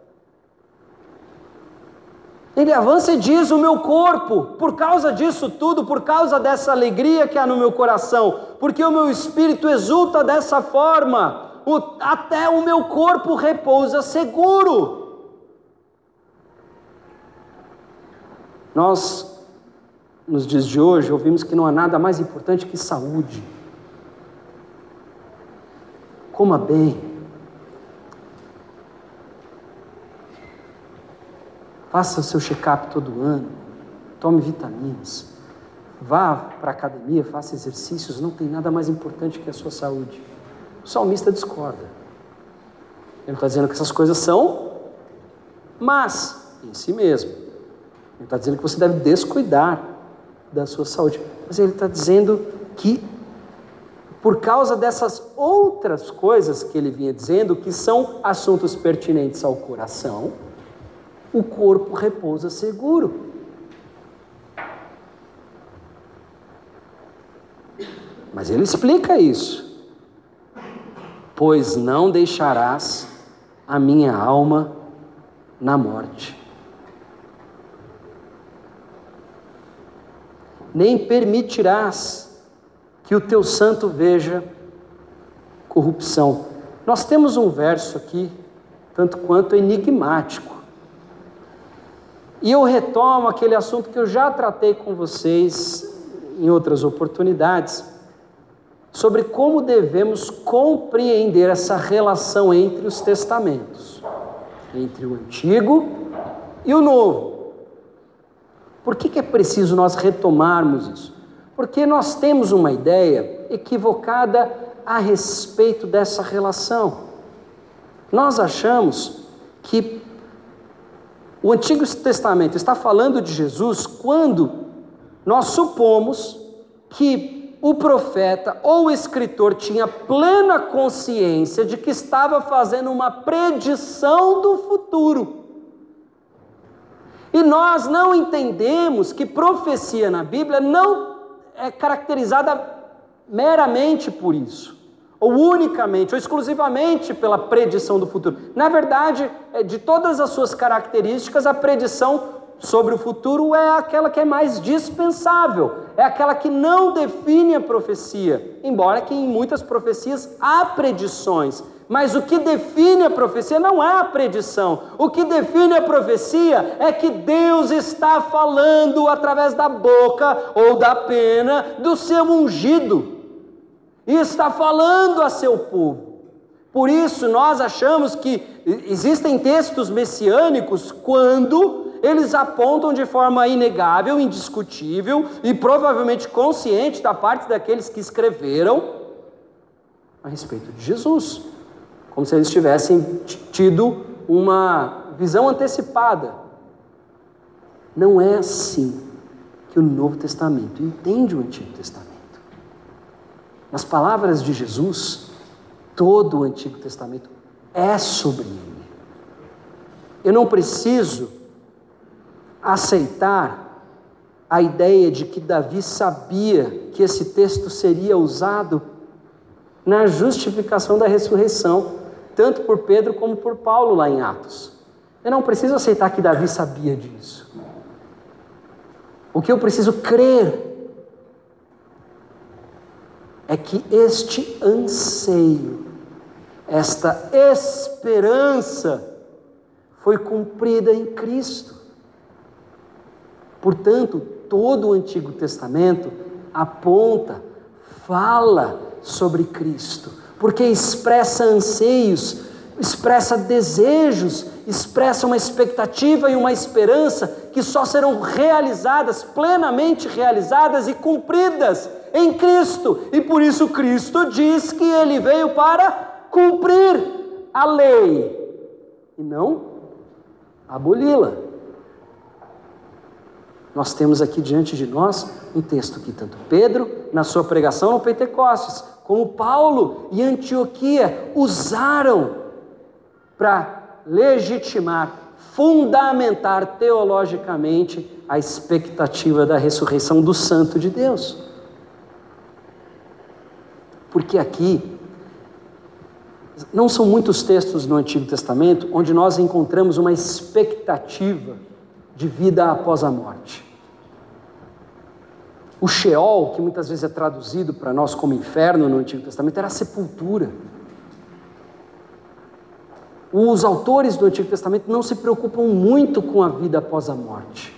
Ele avança e diz: o meu corpo, por causa disso tudo, por causa dessa alegria que há no meu coração, porque o meu espírito exulta dessa forma, o, até o meu corpo repousa seguro. Nós, nos dias de hoje, ouvimos que não há nada mais importante que saúde. Coma bem. Faça o seu check-up todo ano, tome vitaminas, vá para a academia, faça exercícios, não tem nada mais importante que a sua saúde. O salmista discorda. Ele está dizendo que essas coisas são más em si mesmo. Ele está dizendo que você deve descuidar da sua saúde. Mas ele está dizendo que, por causa dessas outras coisas que ele vinha dizendo, que são assuntos pertinentes ao coração, o corpo repousa seguro. Mas ele explica isso. Pois não deixarás a minha alma na morte, nem permitirás que o teu santo veja corrupção. Nós temos um verso aqui, tanto quanto enigmático. E eu retomo aquele assunto que eu já tratei com vocês em outras oportunidades, sobre como devemos compreender essa relação entre os testamentos, entre o Antigo e o Novo. Por que que é preciso nós retomarmos isso? Porque nós temos uma ideia equivocada a respeito dessa relação. Nós achamos que o Antigo Testamento está falando de Jesus quando nós supomos que o profeta ou o escritor tinha plena consciência de que estava fazendo uma predição do futuro. E nós não entendemos que profecia na Bíblia não é caracterizada meramente por isso, ou unicamente, ou exclusivamente pela predição do futuro. Na verdade, de todas as suas características, a predição sobre o futuro é aquela que é mais dispensável, é aquela que não define a profecia, embora que em muitas profecias há predições, mas o que define a profecia não é a predição. O que define a profecia é que Deus está falando através da boca ou da pena do seu ungido, e está falando a seu povo. Por isso nós achamos que existem textos messiânicos quando eles apontam de forma inegável, indiscutível e provavelmente consciente da parte daqueles que escreveram a respeito de Jesus, como se eles tivessem tido uma visão antecipada. Não é assim que o Novo Testamento entende o Antigo Testamento. Nas palavras de Jesus, todo o Antigo Testamento é sobre ele. Eu não preciso aceitar a ideia de que Davi sabia que esse texto seria usado na justificação da ressurreição, tanto por Pedro como por Paulo lá em Atos. Eu não preciso aceitar que Davi sabia disso. O que eu preciso crer é que este anseio, esta esperança foi cumprida em Cristo. Portanto, todo o Antigo Testamento aponta, fala sobre Cristo, porque expressa anseios expressa desejos, expressa uma expectativa e uma esperança que só serão realizadas, plenamente realizadas e cumpridas em Cristo. E por isso Cristo diz que Ele veio para cumprir a lei e não aboli-la. Nós temos aqui diante de nós um texto que tanto Pedro, na sua pregação no Pentecostes, como Paulo e Antioquia usaram para legitimar, fundamentar teologicamente a expectativa da ressurreição do Santo de Deus. Porque aqui não são muitos textos no Antigo Testamento onde nós encontramos uma expectativa de vida após a morte. O Sheol, que muitas vezes é traduzido para nós como inferno no Antigo Testamento, era a sepultura. Os autores do Antigo Testamento não se preocupam muito com a vida após a morte.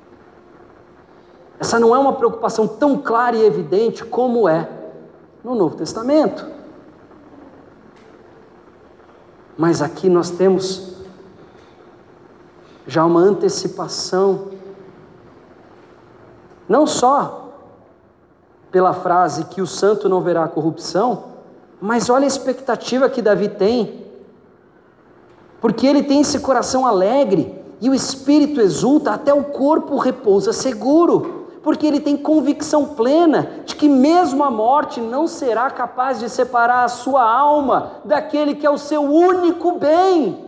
Essa não é uma preocupação tão clara e evidente como é no Novo Testamento. Mas aqui nós temos já uma antecipação, não só pela frase que o santo não verá corrupção, mas olha a expectativa que Davi tem, porque ele tem esse coração alegre e o espírito exulta, até o corpo repousa seguro, porque ele tem convicção plena de que mesmo a morte não será capaz de separar a sua alma daquele que é o seu único bem.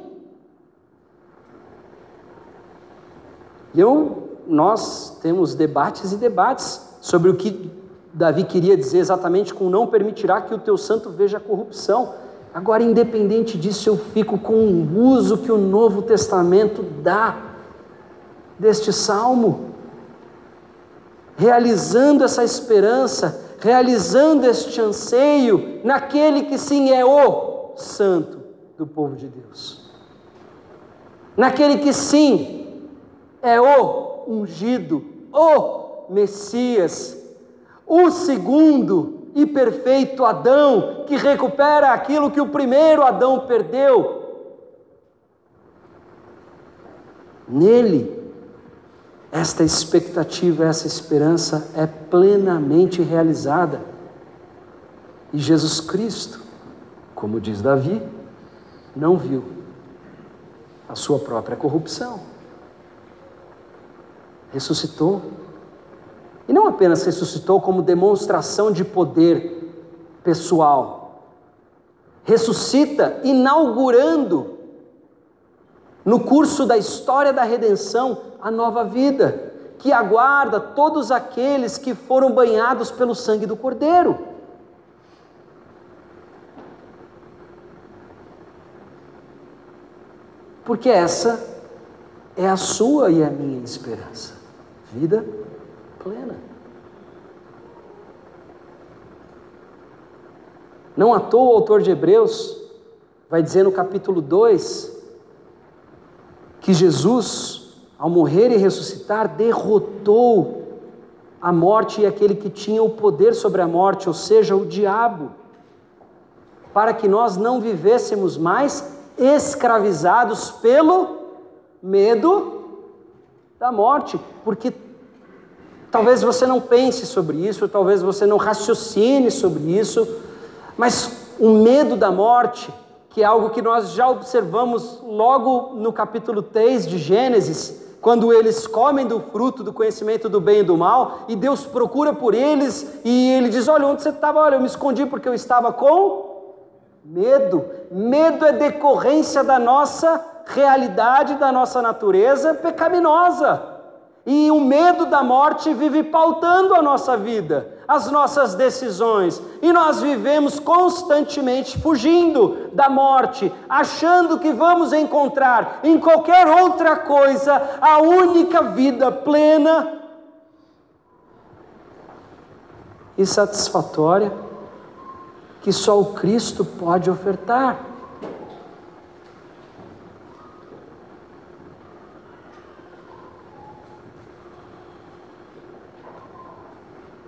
E eu, nós temos debates e debates sobre o que Davi queria dizer exatamente com não permitirá que o teu santo veja a corrupção. Agora, independente disso, eu fico com o uso que o Novo Testamento dá deste salmo, realizando essa esperança, realizando este anseio naquele que sim é o santo do povo de Deus, naquele que sim é o ungido, o Messias, o segundo e perfeito Adão, que recupera aquilo que o primeiro Adão perdeu. Nele, esta expectativa, essa esperança é plenamente realizada. E Jesus Cristo, como diz Davi, não viu a sua própria corrupção. Ressuscitou. E não apenas ressuscitou como demonstração de poder pessoal. Ressuscita inaugurando, no curso da história da redenção, a nova vida, que aguarda todos aqueles que foram banhados pelo sangue do Cordeiro. Porque essa é a sua e a minha esperança. Vida plena. Não à toa o autor de Hebreus vai dizer no capítulo dois que Jesus, ao morrer e ressuscitar, derrotou a morte e aquele que tinha o poder sobre a morte, ou seja, o diabo, para que nós não vivêssemos mais escravizados pelo medo da morte, porque talvez você não pense sobre isso, talvez você não raciocine sobre isso, mas o medo da morte, que é algo que nós já observamos logo no capítulo três de Gênesis, quando eles comem do fruto do conhecimento do bem e do mal, e Deus procura por eles, e ele diz, olha, onde você estava? Olha, eu me escondi porque eu estava com medo. Medo é decorrência da nossa realidade, da nossa natureza pecaminosa. E o medo da morte vive pautando a nossa vida, as nossas decisões. E nós vivemos constantemente fugindo da morte, achando que vamos encontrar em qualquer outra coisa a única vida plena e satisfatória que só o Cristo pode ofertar.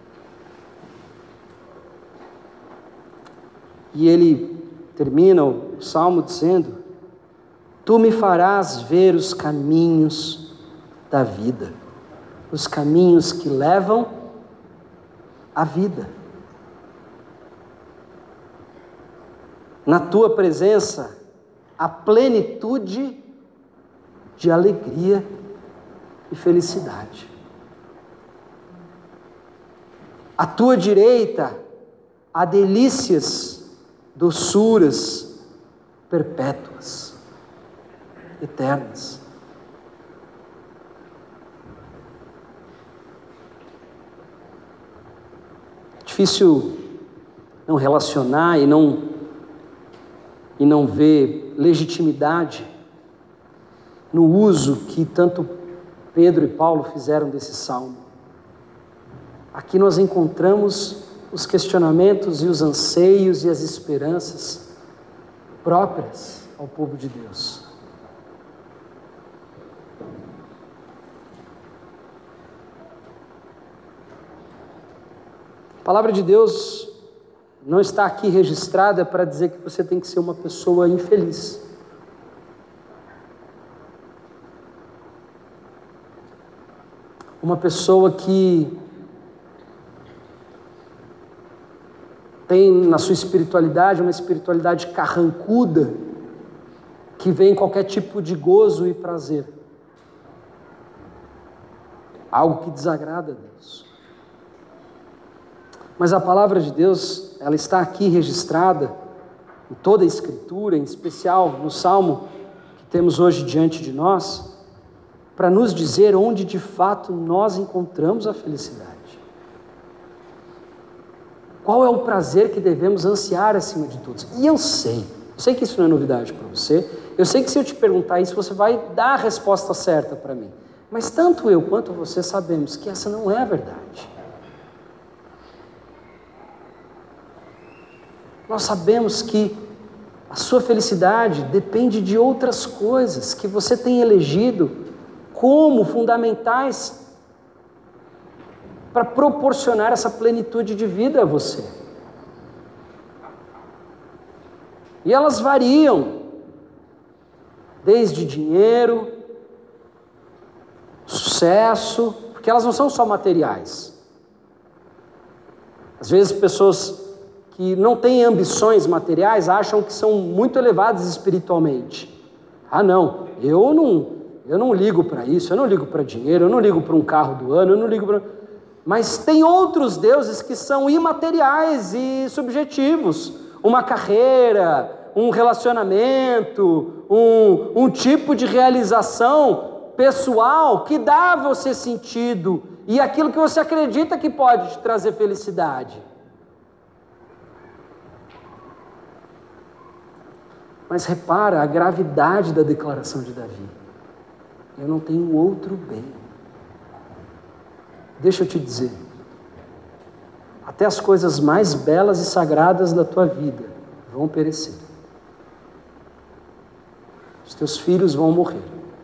E ele termina o o salmo dizendo: tu me farás ver os caminhos da vida, os caminhos que levam à vida. Na tua presença, a plenitude de alegria e felicidade. À tua direita, há delícias, doçuras perpétuas, eternas. Difícil não relacionar e não, e não ver legitimidade no uso que tanto Pedro e Paulo fizeram desse salmo. Aqui nós encontramos os questionamentos e os anseios e as esperanças próprias ao povo de Deus. A palavra de Deus não está aqui registrada para dizer que você tem que ser uma pessoa infeliz. Uma pessoa que tem na sua espiritualidade uma espiritualidade carrancuda, que vê em qualquer tipo de gozo e prazer. Algo que desagrada a Deus. Mas a palavra de Deus, ela está aqui registrada em toda a Escritura, em especial no Salmo que temos hoje diante de nós, para nos dizer onde de fato nós encontramos a felicidade. Qual é o prazer que devemos ansiar acima de todos? E eu sei, eu sei que isso não é novidade para você, eu sei que se eu te perguntar isso, você vai dar a resposta certa para mim. Mas tanto eu quanto você sabemos que essa não é a verdade. Nós sabemos que a sua felicidade depende de outras coisas que você tem elegido como fundamentais para proporcionar essa plenitude de vida a você. E elas variam, desde dinheiro, sucesso, porque elas não são só materiais. Às vezes pessoas que não têm ambições materiais acham que são muito elevadas espiritualmente. Ah não, eu não, eu não ligo para isso, eu não ligo para dinheiro, eu não ligo para um carro do ano, eu não ligo para... Mas tem outros deuses que são imateriais e subjetivos. Uma carreira, um relacionamento, um, um tipo de realização pessoal que dá a você sentido e aquilo que você acredita que pode te trazer felicidade. Mas repara a gravidade da declaração de Davi. Eu não tenho outro bem. Deixa eu te dizer, até as coisas mais belas e sagradas da tua vida vão perecer. Os teus filhos vão morrer.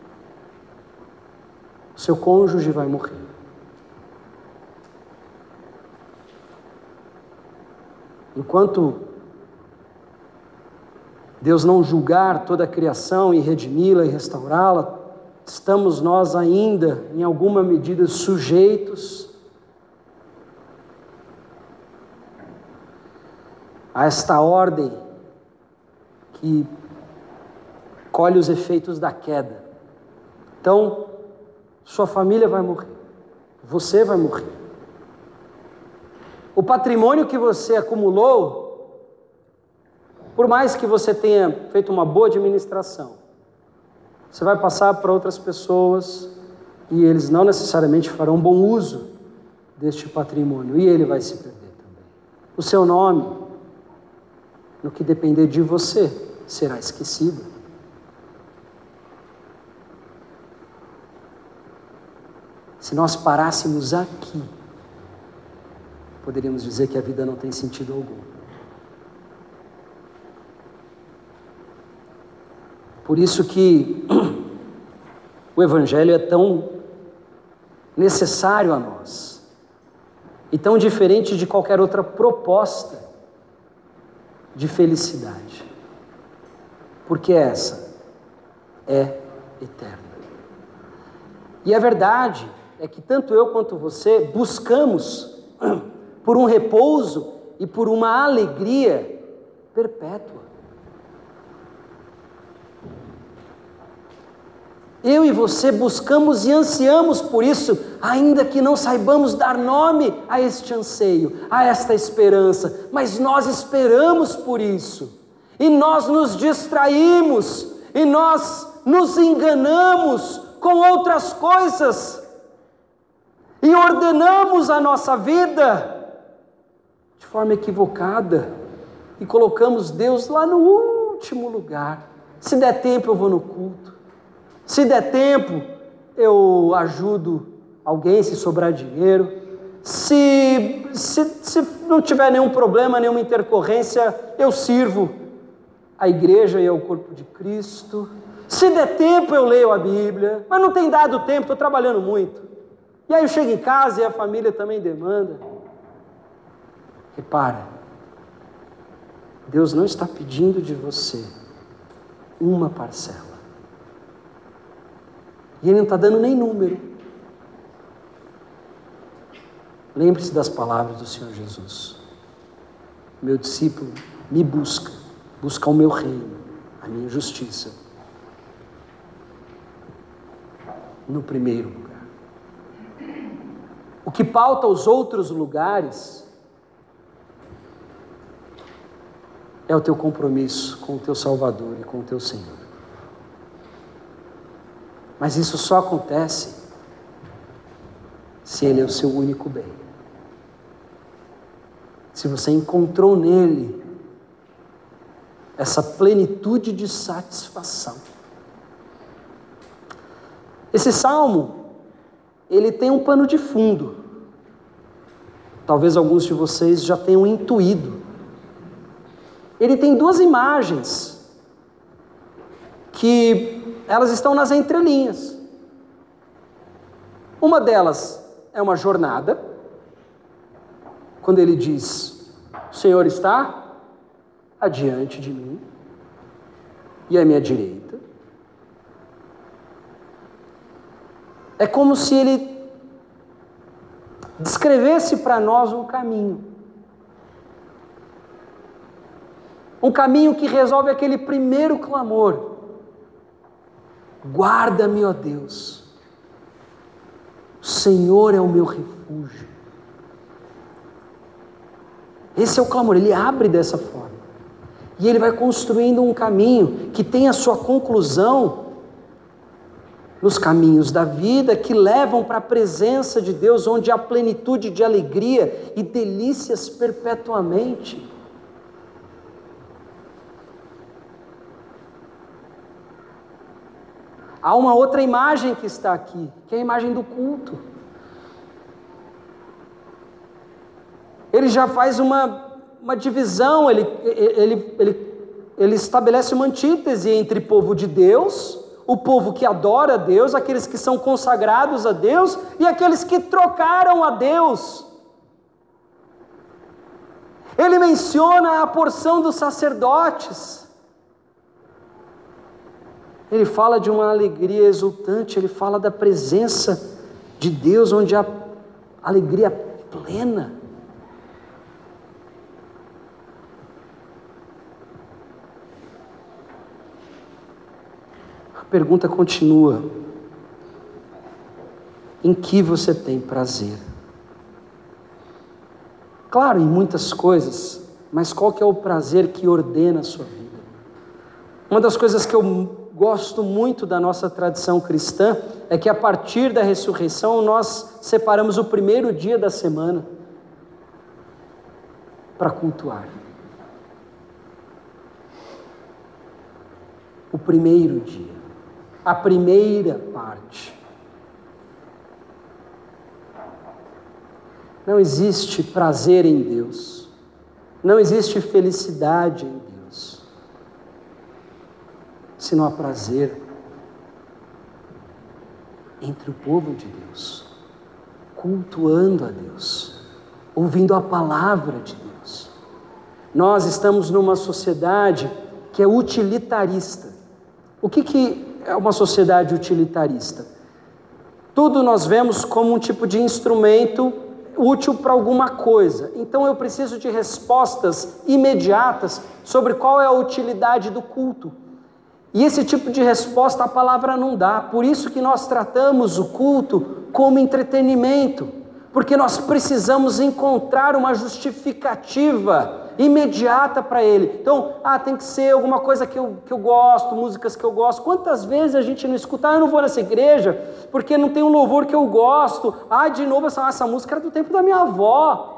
O seu cônjuge vai morrer. Enquanto Deus não julgar toda a criação e redimi-la e restaurá-la, estamos nós ainda, em alguma medida, sujeitos a esta ordem que colhe os efeitos da queda. Então, sua família vai morrer, você vai morrer. O patrimônio que você acumulou, por mais que você tenha feito uma boa administração, você vai passar para outras pessoas e eles não necessariamente farão bom uso deste patrimônio e ele vai se perder também. O seu nome, no que depender de você, será esquecido. Se nós parássemos aqui, poderíamos dizer que a vida não tem sentido algum. Por isso que o Evangelho é tão necessário a nós e tão diferente de qualquer outra proposta de felicidade. porque essa é eterna. E a verdade é que tanto eu quanto você buscamos por um repouso e por uma alegria perpétua. Eu e você buscamos e ansiamos por isso, ainda que não saibamos dar nome a este anseio, a esta esperança, mas nós esperamos por isso, e nós nos distraímos, e nós nos enganamos com outras coisas, e ordenamos a nossa vida de forma equivocada, e colocamos Deus lá no último lugar. Se der tempo eu vou no culto, se der tempo eu ajudo alguém se sobrar dinheiro, se, se, se não tiver nenhum problema, nenhuma intercorrência, eu sirvo a igreja e ao corpo de Cristo. Se der tempo eu leio a Bíblia, mas não tem dado tempo, estou trabalhando muito. E aí eu chego em casa e a família também demanda. Repara, Deus não está pedindo de você uma parcela. E Ele não está dando nem número. Lembre-se das palavras do Senhor Jesus. Meu discípulo me busca, busca o meu reino, a minha justiça. No primeiro lugar. O que pauta os outros lugares é o teu compromisso com o teu Salvador e com o teu Senhor. Mas isso só acontece se Ele é o seu único bem. Se você encontrou nele essa plenitude de satisfação. Esse salmo, ele tem um pano de fundo. Talvez alguns de vocês já tenham intuído. Ele tem duas imagens que elas estão nas entrelinhas. Uma delas é uma jornada, quando ele diz: o Senhor está adiante de mim e à minha direita. É como se ele descrevesse para nós um caminho. Um caminho que resolve aquele primeiro clamor. Guarda-me, ó Deus. O Senhor é o meu refúgio. Esse é o clamor, ele abre dessa forma. E ele vai construindo um caminho que tem a sua conclusão nos caminhos da vida que levam para a presença de Deus, onde há plenitude de alegria e delícias perpetuamente. Há uma outra imagem que está aqui, que é a imagem do culto. Ele já faz uma, uma divisão, ele, ele, ele, ele estabelece uma antítese entre povo de Deus, o povo que adora a Deus, aqueles que são consagrados a Deus e aqueles que trocaram a Deus. Ele menciona a porção dos sacerdotes. Ele fala de uma alegria exultante, ele fala da presença de Deus, onde há alegria plena. A pergunta continua: em que você tem prazer? Claro, em muitas coisas, mas qual que é o prazer que ordena a sua vida? Uma das coisas que eu gosto muito da nossa tradição cristã é que a partir da ressurreição nós separamos o primeiro dia da semana para cultuar. O primeiro dia, a primeira parte. Não existe prazer em Deus, não existe felicidade em Deus, se não há prazer entre o povo de Deus, cultuando a Deus, ouvindo a palavra de Deus. Nós estamos numa sociedade que é utilitarista. O que, que é uma sociedade utilitarista? Tudo nós vemos como um tipo de instrumento útil para alguma coisa. Então eu preciso de respostas imediatas sobre qual é a utilidade do culto. E esse tipo de resposta a palavra não dá. Por isso que nós tratamos o culto como entretenimento, porque nós precisamos encontrar uma justificativa imediata para ele. Então, ah, tem que ser alguma coisa que eu, que eu gosto, músicas que eu gosto. Quantas vezes a gente não escuta, ah, eu não vou nessa igreja porque não tem um louvor que eu gosto. Ah, de novo, essa, essa música era do tempo da minha avó.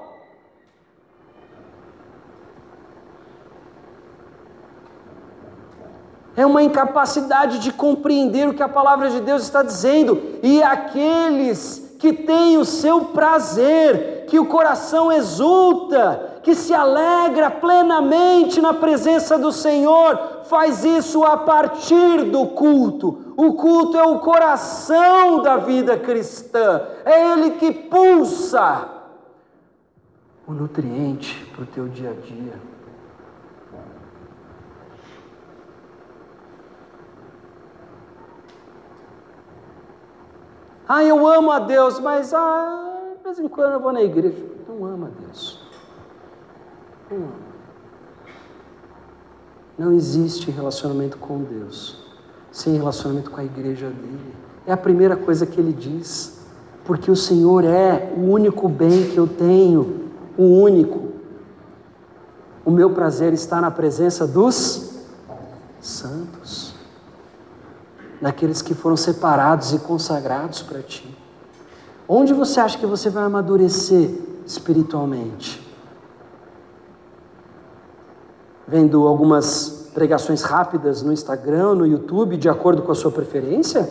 É uma incapacidade de compreender o que a palavra de Deus está dizendo. E aqueles que têm o seu prazer, que o coração exulta, que se alegra plenamente na presença do Senhor, faz isso a partir do culto. O culto é o coração da vida cristã, é ele que pulsa o nutriente para o teu dia a dia. Ah, eu amo a Deus, mas ah, de vez em quando eu vou na igreja. Não ama a Deus. Não ama. Não existe relacionamento com Deus sem relacionamento com a igreja dele. É a primeira coisa que ele diz. Porque o Senhor é o único bem que eu tenho. O único. O meu prazer está na presença dos santos. Daqueles que foram separados e consagrados para ti. Onde você acha que você vai amadurecer espiritualmente? Vendo algumas pregações rápidas no Instagram, no YouTube, de acordo com a sua preferência?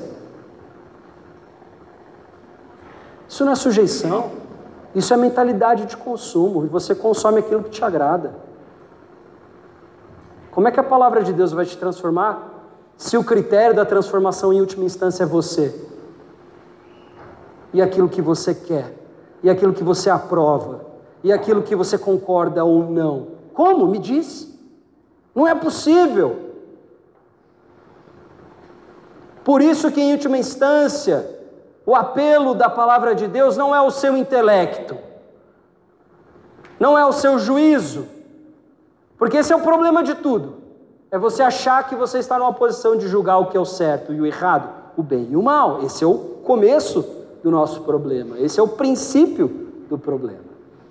Isso não é sujeição, isso é mentalidade de consumo, e você consome aquilo que te agrada. Como é que a palavra de Deus vai te transformar? Se o critério da transformação em última instância é você, e aquilo que você quer, e aquilo que você aprova, e aquilo que você concorda ou não. Como? Me diz. Não é possível. Por isso que em última instância, o apelo da palavra de Deus não é o seu intelecto, não é o seu juízo, porque esse é o problema de tudo. É você achar que você está numa posição de julgar o que é o certo e o errado, o bem e o mal. Esse é o começo do nosso problema. Esse é o princípio do problema.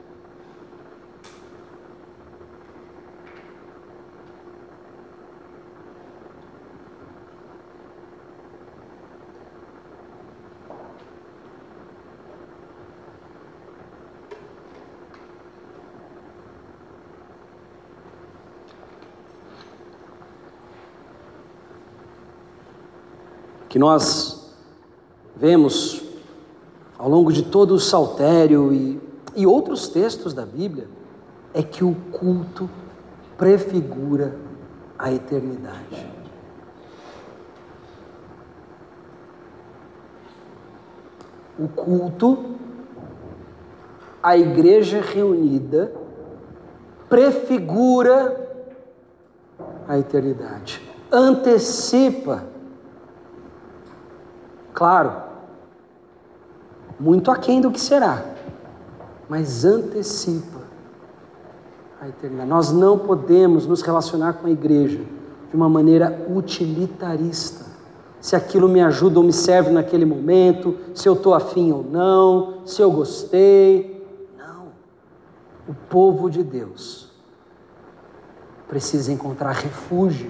Que nós vemos ao longo de todo o Saltério e, e outros textos da Bíblia, é que o culto prefigura a eternidade. O culto, a igreja reunida, prefigura a eternidade, antecipa. Claro, muito aquém do que será, mas antecipa a eternidade. Nós não podemos nos relacionar com a igreja de uma maneira utilitarista. Se aquilo me ajuda ou me serve naquele momento, se eu estou afim ou não, se eu gostei. Não. O povo de Deus precisa encontrar refúgio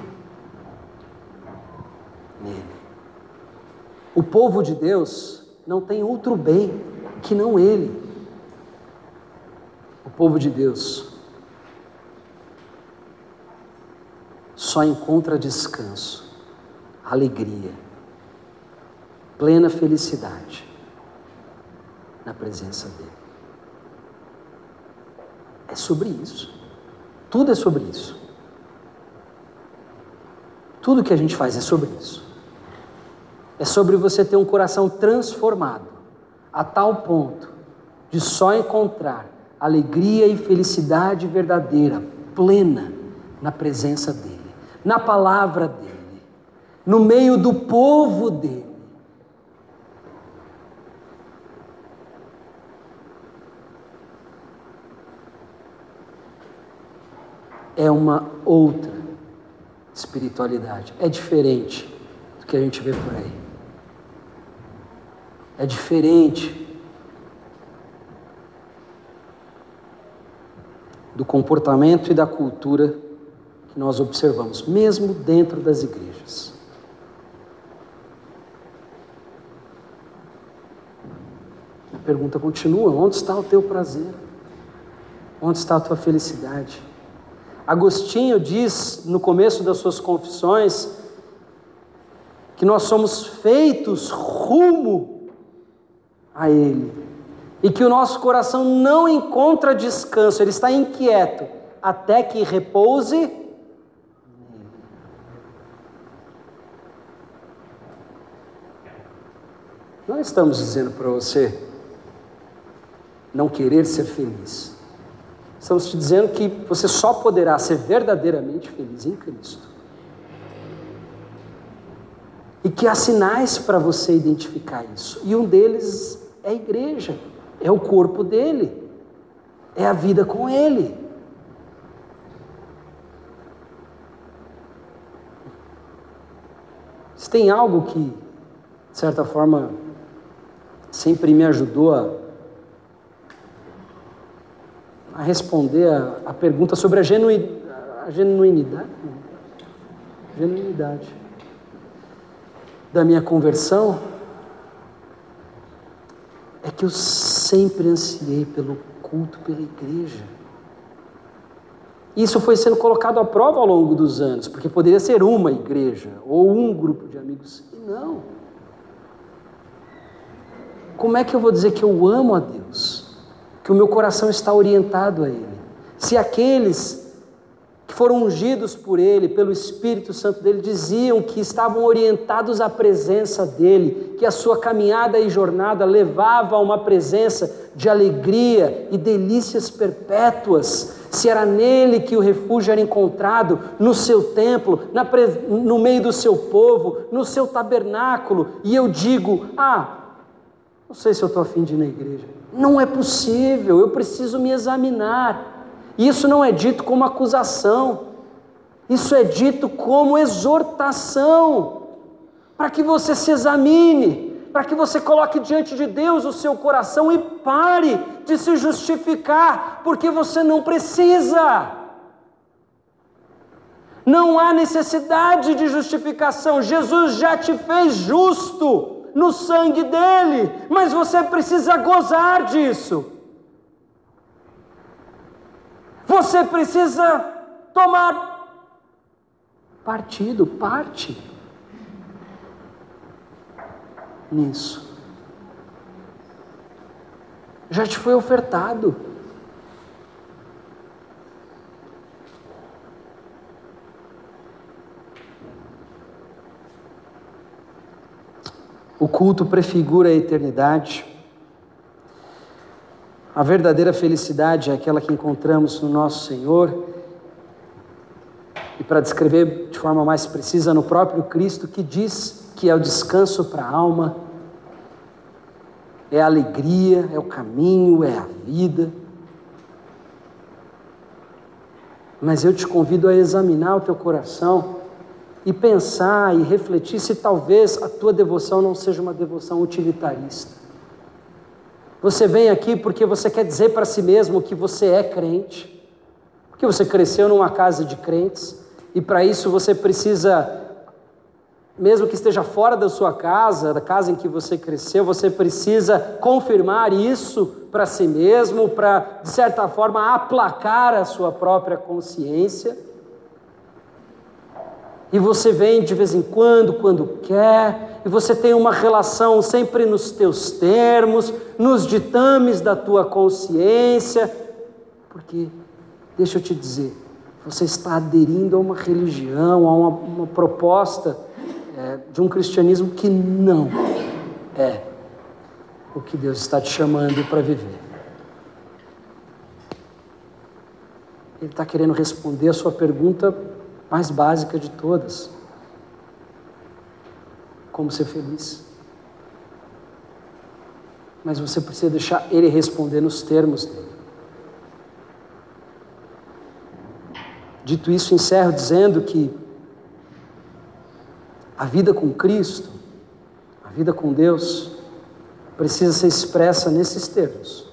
nele. O povo de Deus não tem outro bem que não ele. O povo de Deus só encontra descanso, alegria, plena felicidade na presença dele. É sobre isso. Tudo é sobre isso. Tudo que a gente faz é sobre isso. É sobre você ter um coração transformado a tal ponto de só encontrar alegria e felicidade verdadeira, plena, na presença dele. na palavra dele, no meio do povo dele. É uma outra espiritualidade, é diferente do que a gente vê por aí. É diferente do comportamento e da cultura que nós observamos, mesmo dentro das igrejas. A pergunta continua: onde está o teu prazer? Onde está a tua felicidade? Agostinho diz no começo das suas confissões que nós somos feitos rumo a Ele e que o nosso coração não encontra descanso, ele está inquieto até que repouse nele. Não estamos dizendo para você não querer ser feliz. Estamos te dizendo que você só poderá ser verdadeiramente feliz em Cristo. E que há sinais para você identificar isso. E um deles é a igreja, é o corpo dele, é a vida com ele. Se tem algo que, de certa forma, sempre me ajudou a a responder a, a pergunta sobre a, genui, a genuinidade, genuinidade da minha conversão, é que eu sempre ansiei pelo culto, pela igreja. Isso foi sendo colocado à prova ao longo dos anos, porque poderia ser uma igreja ou um grupo de amigos, e não. Como é que eu vou dizer que eu amo a Deus? Que o meu coração está orientado a Ele? Se aqueles que foram ungidos por Ele, pelo Espírito Santo dEle, diziam que estavam orientados à presença dEle, que a sua caminhada e jornada levava a uma presença de alegria e delícias perpétuas, se era nele que o refúgio era encontrado, no seu templo, na pre... no meio do seu povo, no seu tabernáculo, e eu digo, ah, não sei se eu estou a fim de ir na igreja. Não é possível, eu preciso me examinar. Isso não é dito como acusação, isso é dito como exortação, para que você se examine, para que você coloque diante de Deus o seu coração e pare de se justificar, porque você não precisa. Não há necessidade de justificação, Jesus já te fez justo no sangue dele, mas você precisa gozar disso. Você precisa tomar partido, parte nisso. Já te foi ofertado. O culto prefigura a eternidade. A verdadeira felicidade é aquela que encontramos no nosso Senhor. E para descrever de forma mais precisa, no próprio Cristo, que diz que é o descanso para a alma, é a alegria, é o caminho, é a vida. Mas eu te convido a examinar o teu coração e pensar e refletir se talvez a tua devoção não seja uma devoção utilitarista. Você vem aqui porque você quer dizer para si mesmo que você é crente, porque você cresceu numa casa de crentes, e para isso você precisa, mesmo que esteja fora da sua casa, da casa em que você cresceu, você precisa confirmar isso para si mesmo, para, de certa forma, aplacar a sua própria consciência. E você vem de vez em quando, quando quer, e você tem uma relação sempre nos teus termos, nos ditames da tua consciência, porque, deixa eu te dizer, você está aderindo a uma religião, a uma, uma proposta é, de um cristianismo que não é o que Deus está te chamando para viver. Ele está querendo responder a sua pergunta mais básica de todas. Como ser feliz. Mas você precisa deixar Ele responder nos termos dele. Dito isso, encerro dizendo que a vida com Cristo, a vida com Deus, precisa ser expressa nesses termos.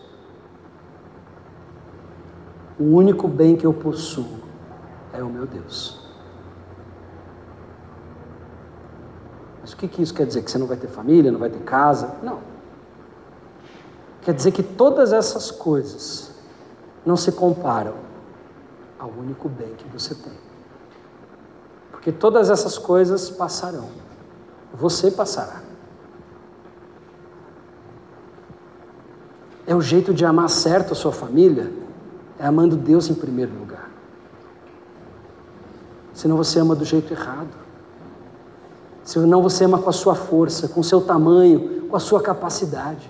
O único bem que eu possuo é o meu Deus. Mas o que, que isso quer dizer? Que você não vai ter família, não vai ter casa? Não. Quer dizer que todas essas coisas não se comparam ao único bem que você tem. Porque todas essas coisas passarão. Você passará. É o jeito de amar certo a sua família, é amando Deus em primeiro lugar. Senão você ama do jeito errado. Senão você ama com a sua força, com o seu tamanho, com a sua capacidade.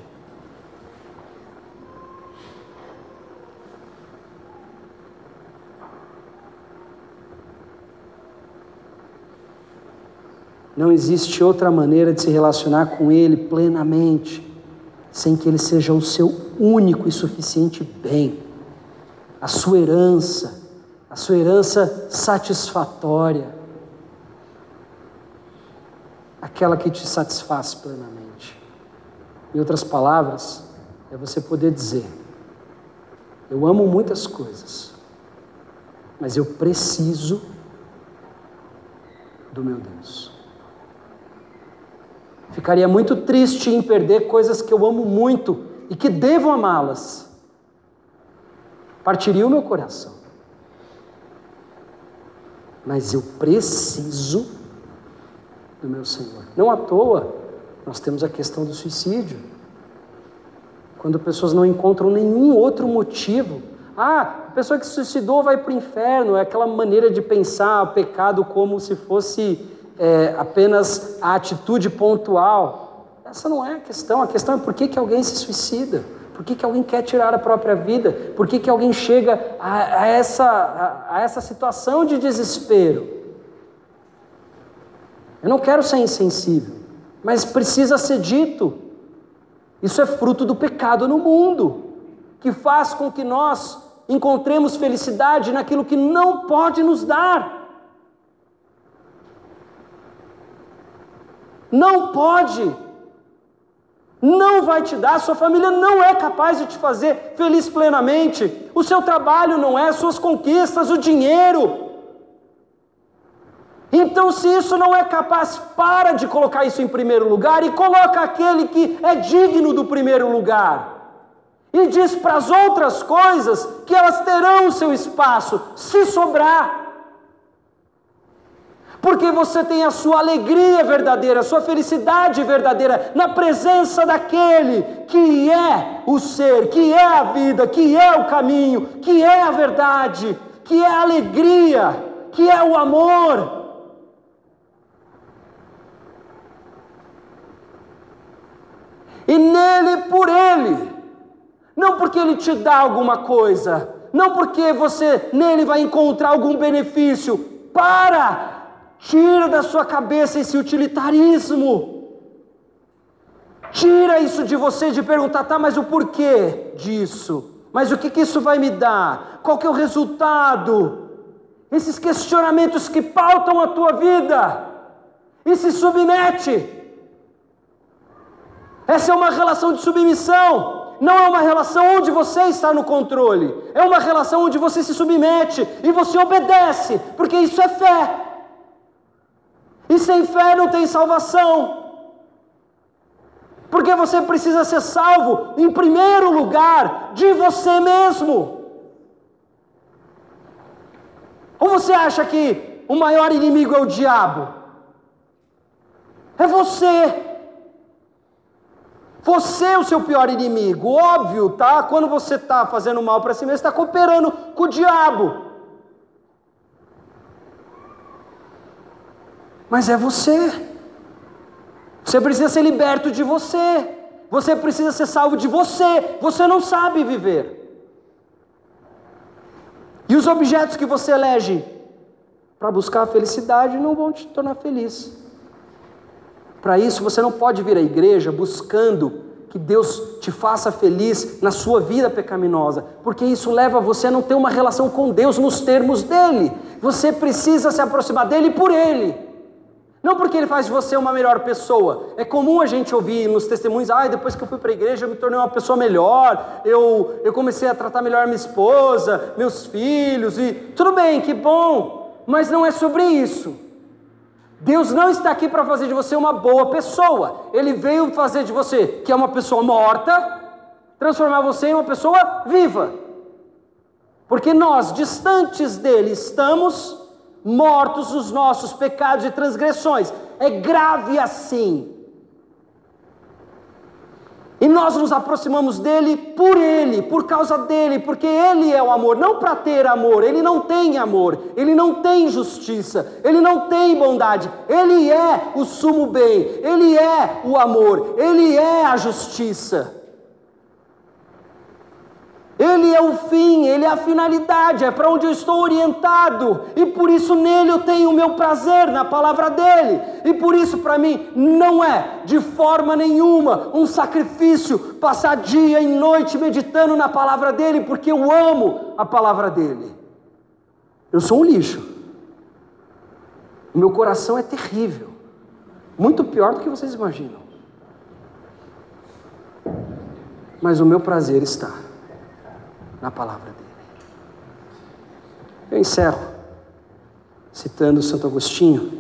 Não existe outra maneira de se relacionar com Ele plenamente, sem que Ele seja o seu único e suficiente bem, a sua herança, a sua herança satisfatória, aquela que te satisfaz plenamente. Em outras palavras, é você poder dizer: eu amo muitas coisas, mas eu preciso do meu Deus. Ficaria muito triste em perder coisas que eu amo muito e que devo amá-las. Partiria o meu coração. Mas eu preciso do meu Senhor. Não à toa, nós temos a questão do suicídio. Quando pessoas não encontram nenhum outro motivo. Ah, a pessoa que se suicidou vai para o inferno. É aquela maneira de pensar o pecado como se fosse... É, apenas a atitude pontual. Essa não é a questão. A questão é por que, que alguém se suicida, por que, que alguém quer tirar a própria vida, por que, que alguém chega a, a, essa, a, a essa situação de desespero. Eu não quero ser insensível, mas precisa ser dito. Isso é fruto do pecado no mundo, que faz com que nós encontremos felicidade naquilo que não pode nos dar. Não pode, não vai te dar, sua família não é capaz de te fazer feliz plenamente, o seu trabalho não é, suas conquistas, o dinheiro. Então, se isso não é capaz, para de colocar isso em primeiro lugar e coloca aquele que é digno do primeiro lugar. E diz para as outras coisas que elas terão o seu espaço, se sobrar. Porque você tem a sua alegria verdadeira, a sua felicidade verdadeira na presença daquele que é o ser, que é a vida, que é o caminho, que é a verdade, que é a alegria, que é o amor. E nele, por ele, não porque ele te dá alguma coisa, não porque você nele vai encontrar algum benefício, para... Tira da sua cabeça esse utilitarismo. Tira isso de você de perguntar, tá, mas o porquê disso? Mas o que, que isso vai me dar? Qual que é o resultado? Esses questionamentos que pautam a tua vida. E se submete. Essa é uma relação de submissão. Não é uma relação onde você está no controle. É uma relação onde você se submete e você obedece, porque isso é fé. E sem fé não tem salvação. Porque você precisa ser salvo, em primeiro lugar, de você mesmo. Ou você acha que o maior inimigo é o diabo? É você. Você é o seu pior inimigo. Óbvio, tá? Quando você está fazendo mal para si mesmo, você está cooperando com o diabo. Mas é você. Você precisa ser liberto de você. Você precisa ser salvo de você. Você não sabe viver. E os objetos que você elege para buscar a felicidade não vão te tornar feliz. Para isso você não pode vir à igreja buscando que Deus te faça feliz na sua vida pecaminosa, porque isso leva você a não ter uma relação com Deus nos termos dele. Você precisa se aproximar dele por ele, não porque ele faz de você uma melhor pessoa. É comum a gente ouvir nos testemunhos: ah, depois que eu fui para a igreja eu me tornei uma pessoa melhor, eu, eu comecei a tratar melhor minha esposa, meus filhos, e tudo bem, que bom, mas não é sobre isso. Deus não está aqui para fazer de você uma boa pessoa. Ele veio fazer de você, que é uma pessoa morta, transformar você em uma pessoa viva. Porque nós, distantes dele, estamos mortos nos nossos pecados e transgressões. É grave assim. E nós nos aproximamos dele por ele, por causa dele, porque ele é o amor, não para ter amor. Ele não tem amor, ele não tem justiça, ele não tem bondade. Ele é o sumo bem, ele é o amor, ele é a justiça. Ele é o fim, ele é a finalidade, é para onde eu estou orientado, e por isso nele eu tenho o meu prazer, na palavra dele, e por isso para mim não é de forma nenhuma um sacrifício passar dia e noite meditando na palavra dele, porque eu amo a palavra dele. Eu sou um lixo, o meu coração é terrível, muito pior do que vocês imaginam, mas o meu prazer está na palavra dele. Eu encerro citando Santo Agostinho,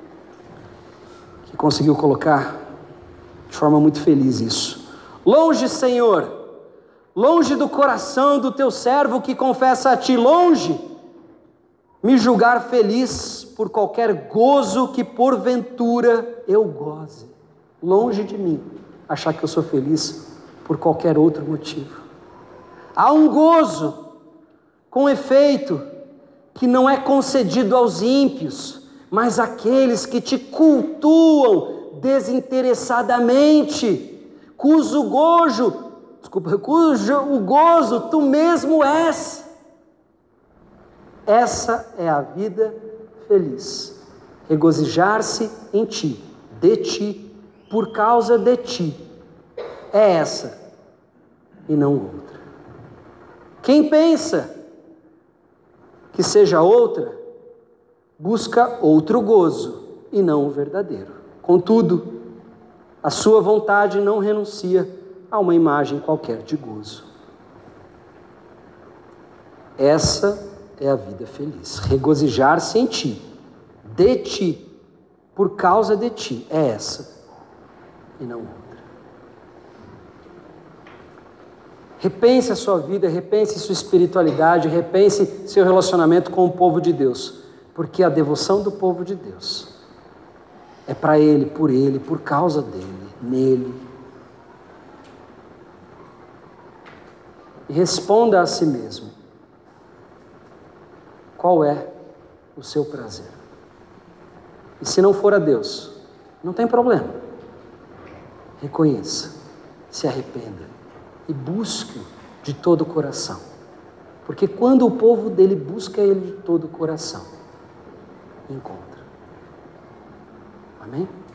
que conseguiu colocar de forma muito feliz isso: longe, Senhor, longe do coração do teu servo que confessa a ti, longe me julgar feliz por qualquer gozo que porventura eu goze. Longe de mim achar que eu sou feliz por qualquer outro motivo. Há um gozo, com efeito, que não é concedido aos ímpios, mas àqueles que te cultuam desinteressadamente, cujo gozo, desculpa, cujo o gozo tu mesmo és. Essa é a vida feliz, regozijar-se em ti, de ti, por causa de ti. É essa e não outra. Quem pensa que seja outra, busca outro gozo e não o verdadeiro. Contudo, a sua vontade não renuncia a uma imagem qualquer de gozo. Essa é a vida feliz, regozijar-se em ti, de ti, por causa de ti. É essa e não outra. Repense a sua vida, repense sua espiritualidade, repense seu relacionamento com o povo de Deus, porque a devoção do povo de Deus é para ele, por ele, por causa dele, nele. E responda a si mesmo: qual é o seu prazer? E se não for a Deus, não tem problema. Reconheça, se arrependa e busque de todo o coração, porque quando o povo dele busca ele de todo o coração, encontra. Amém?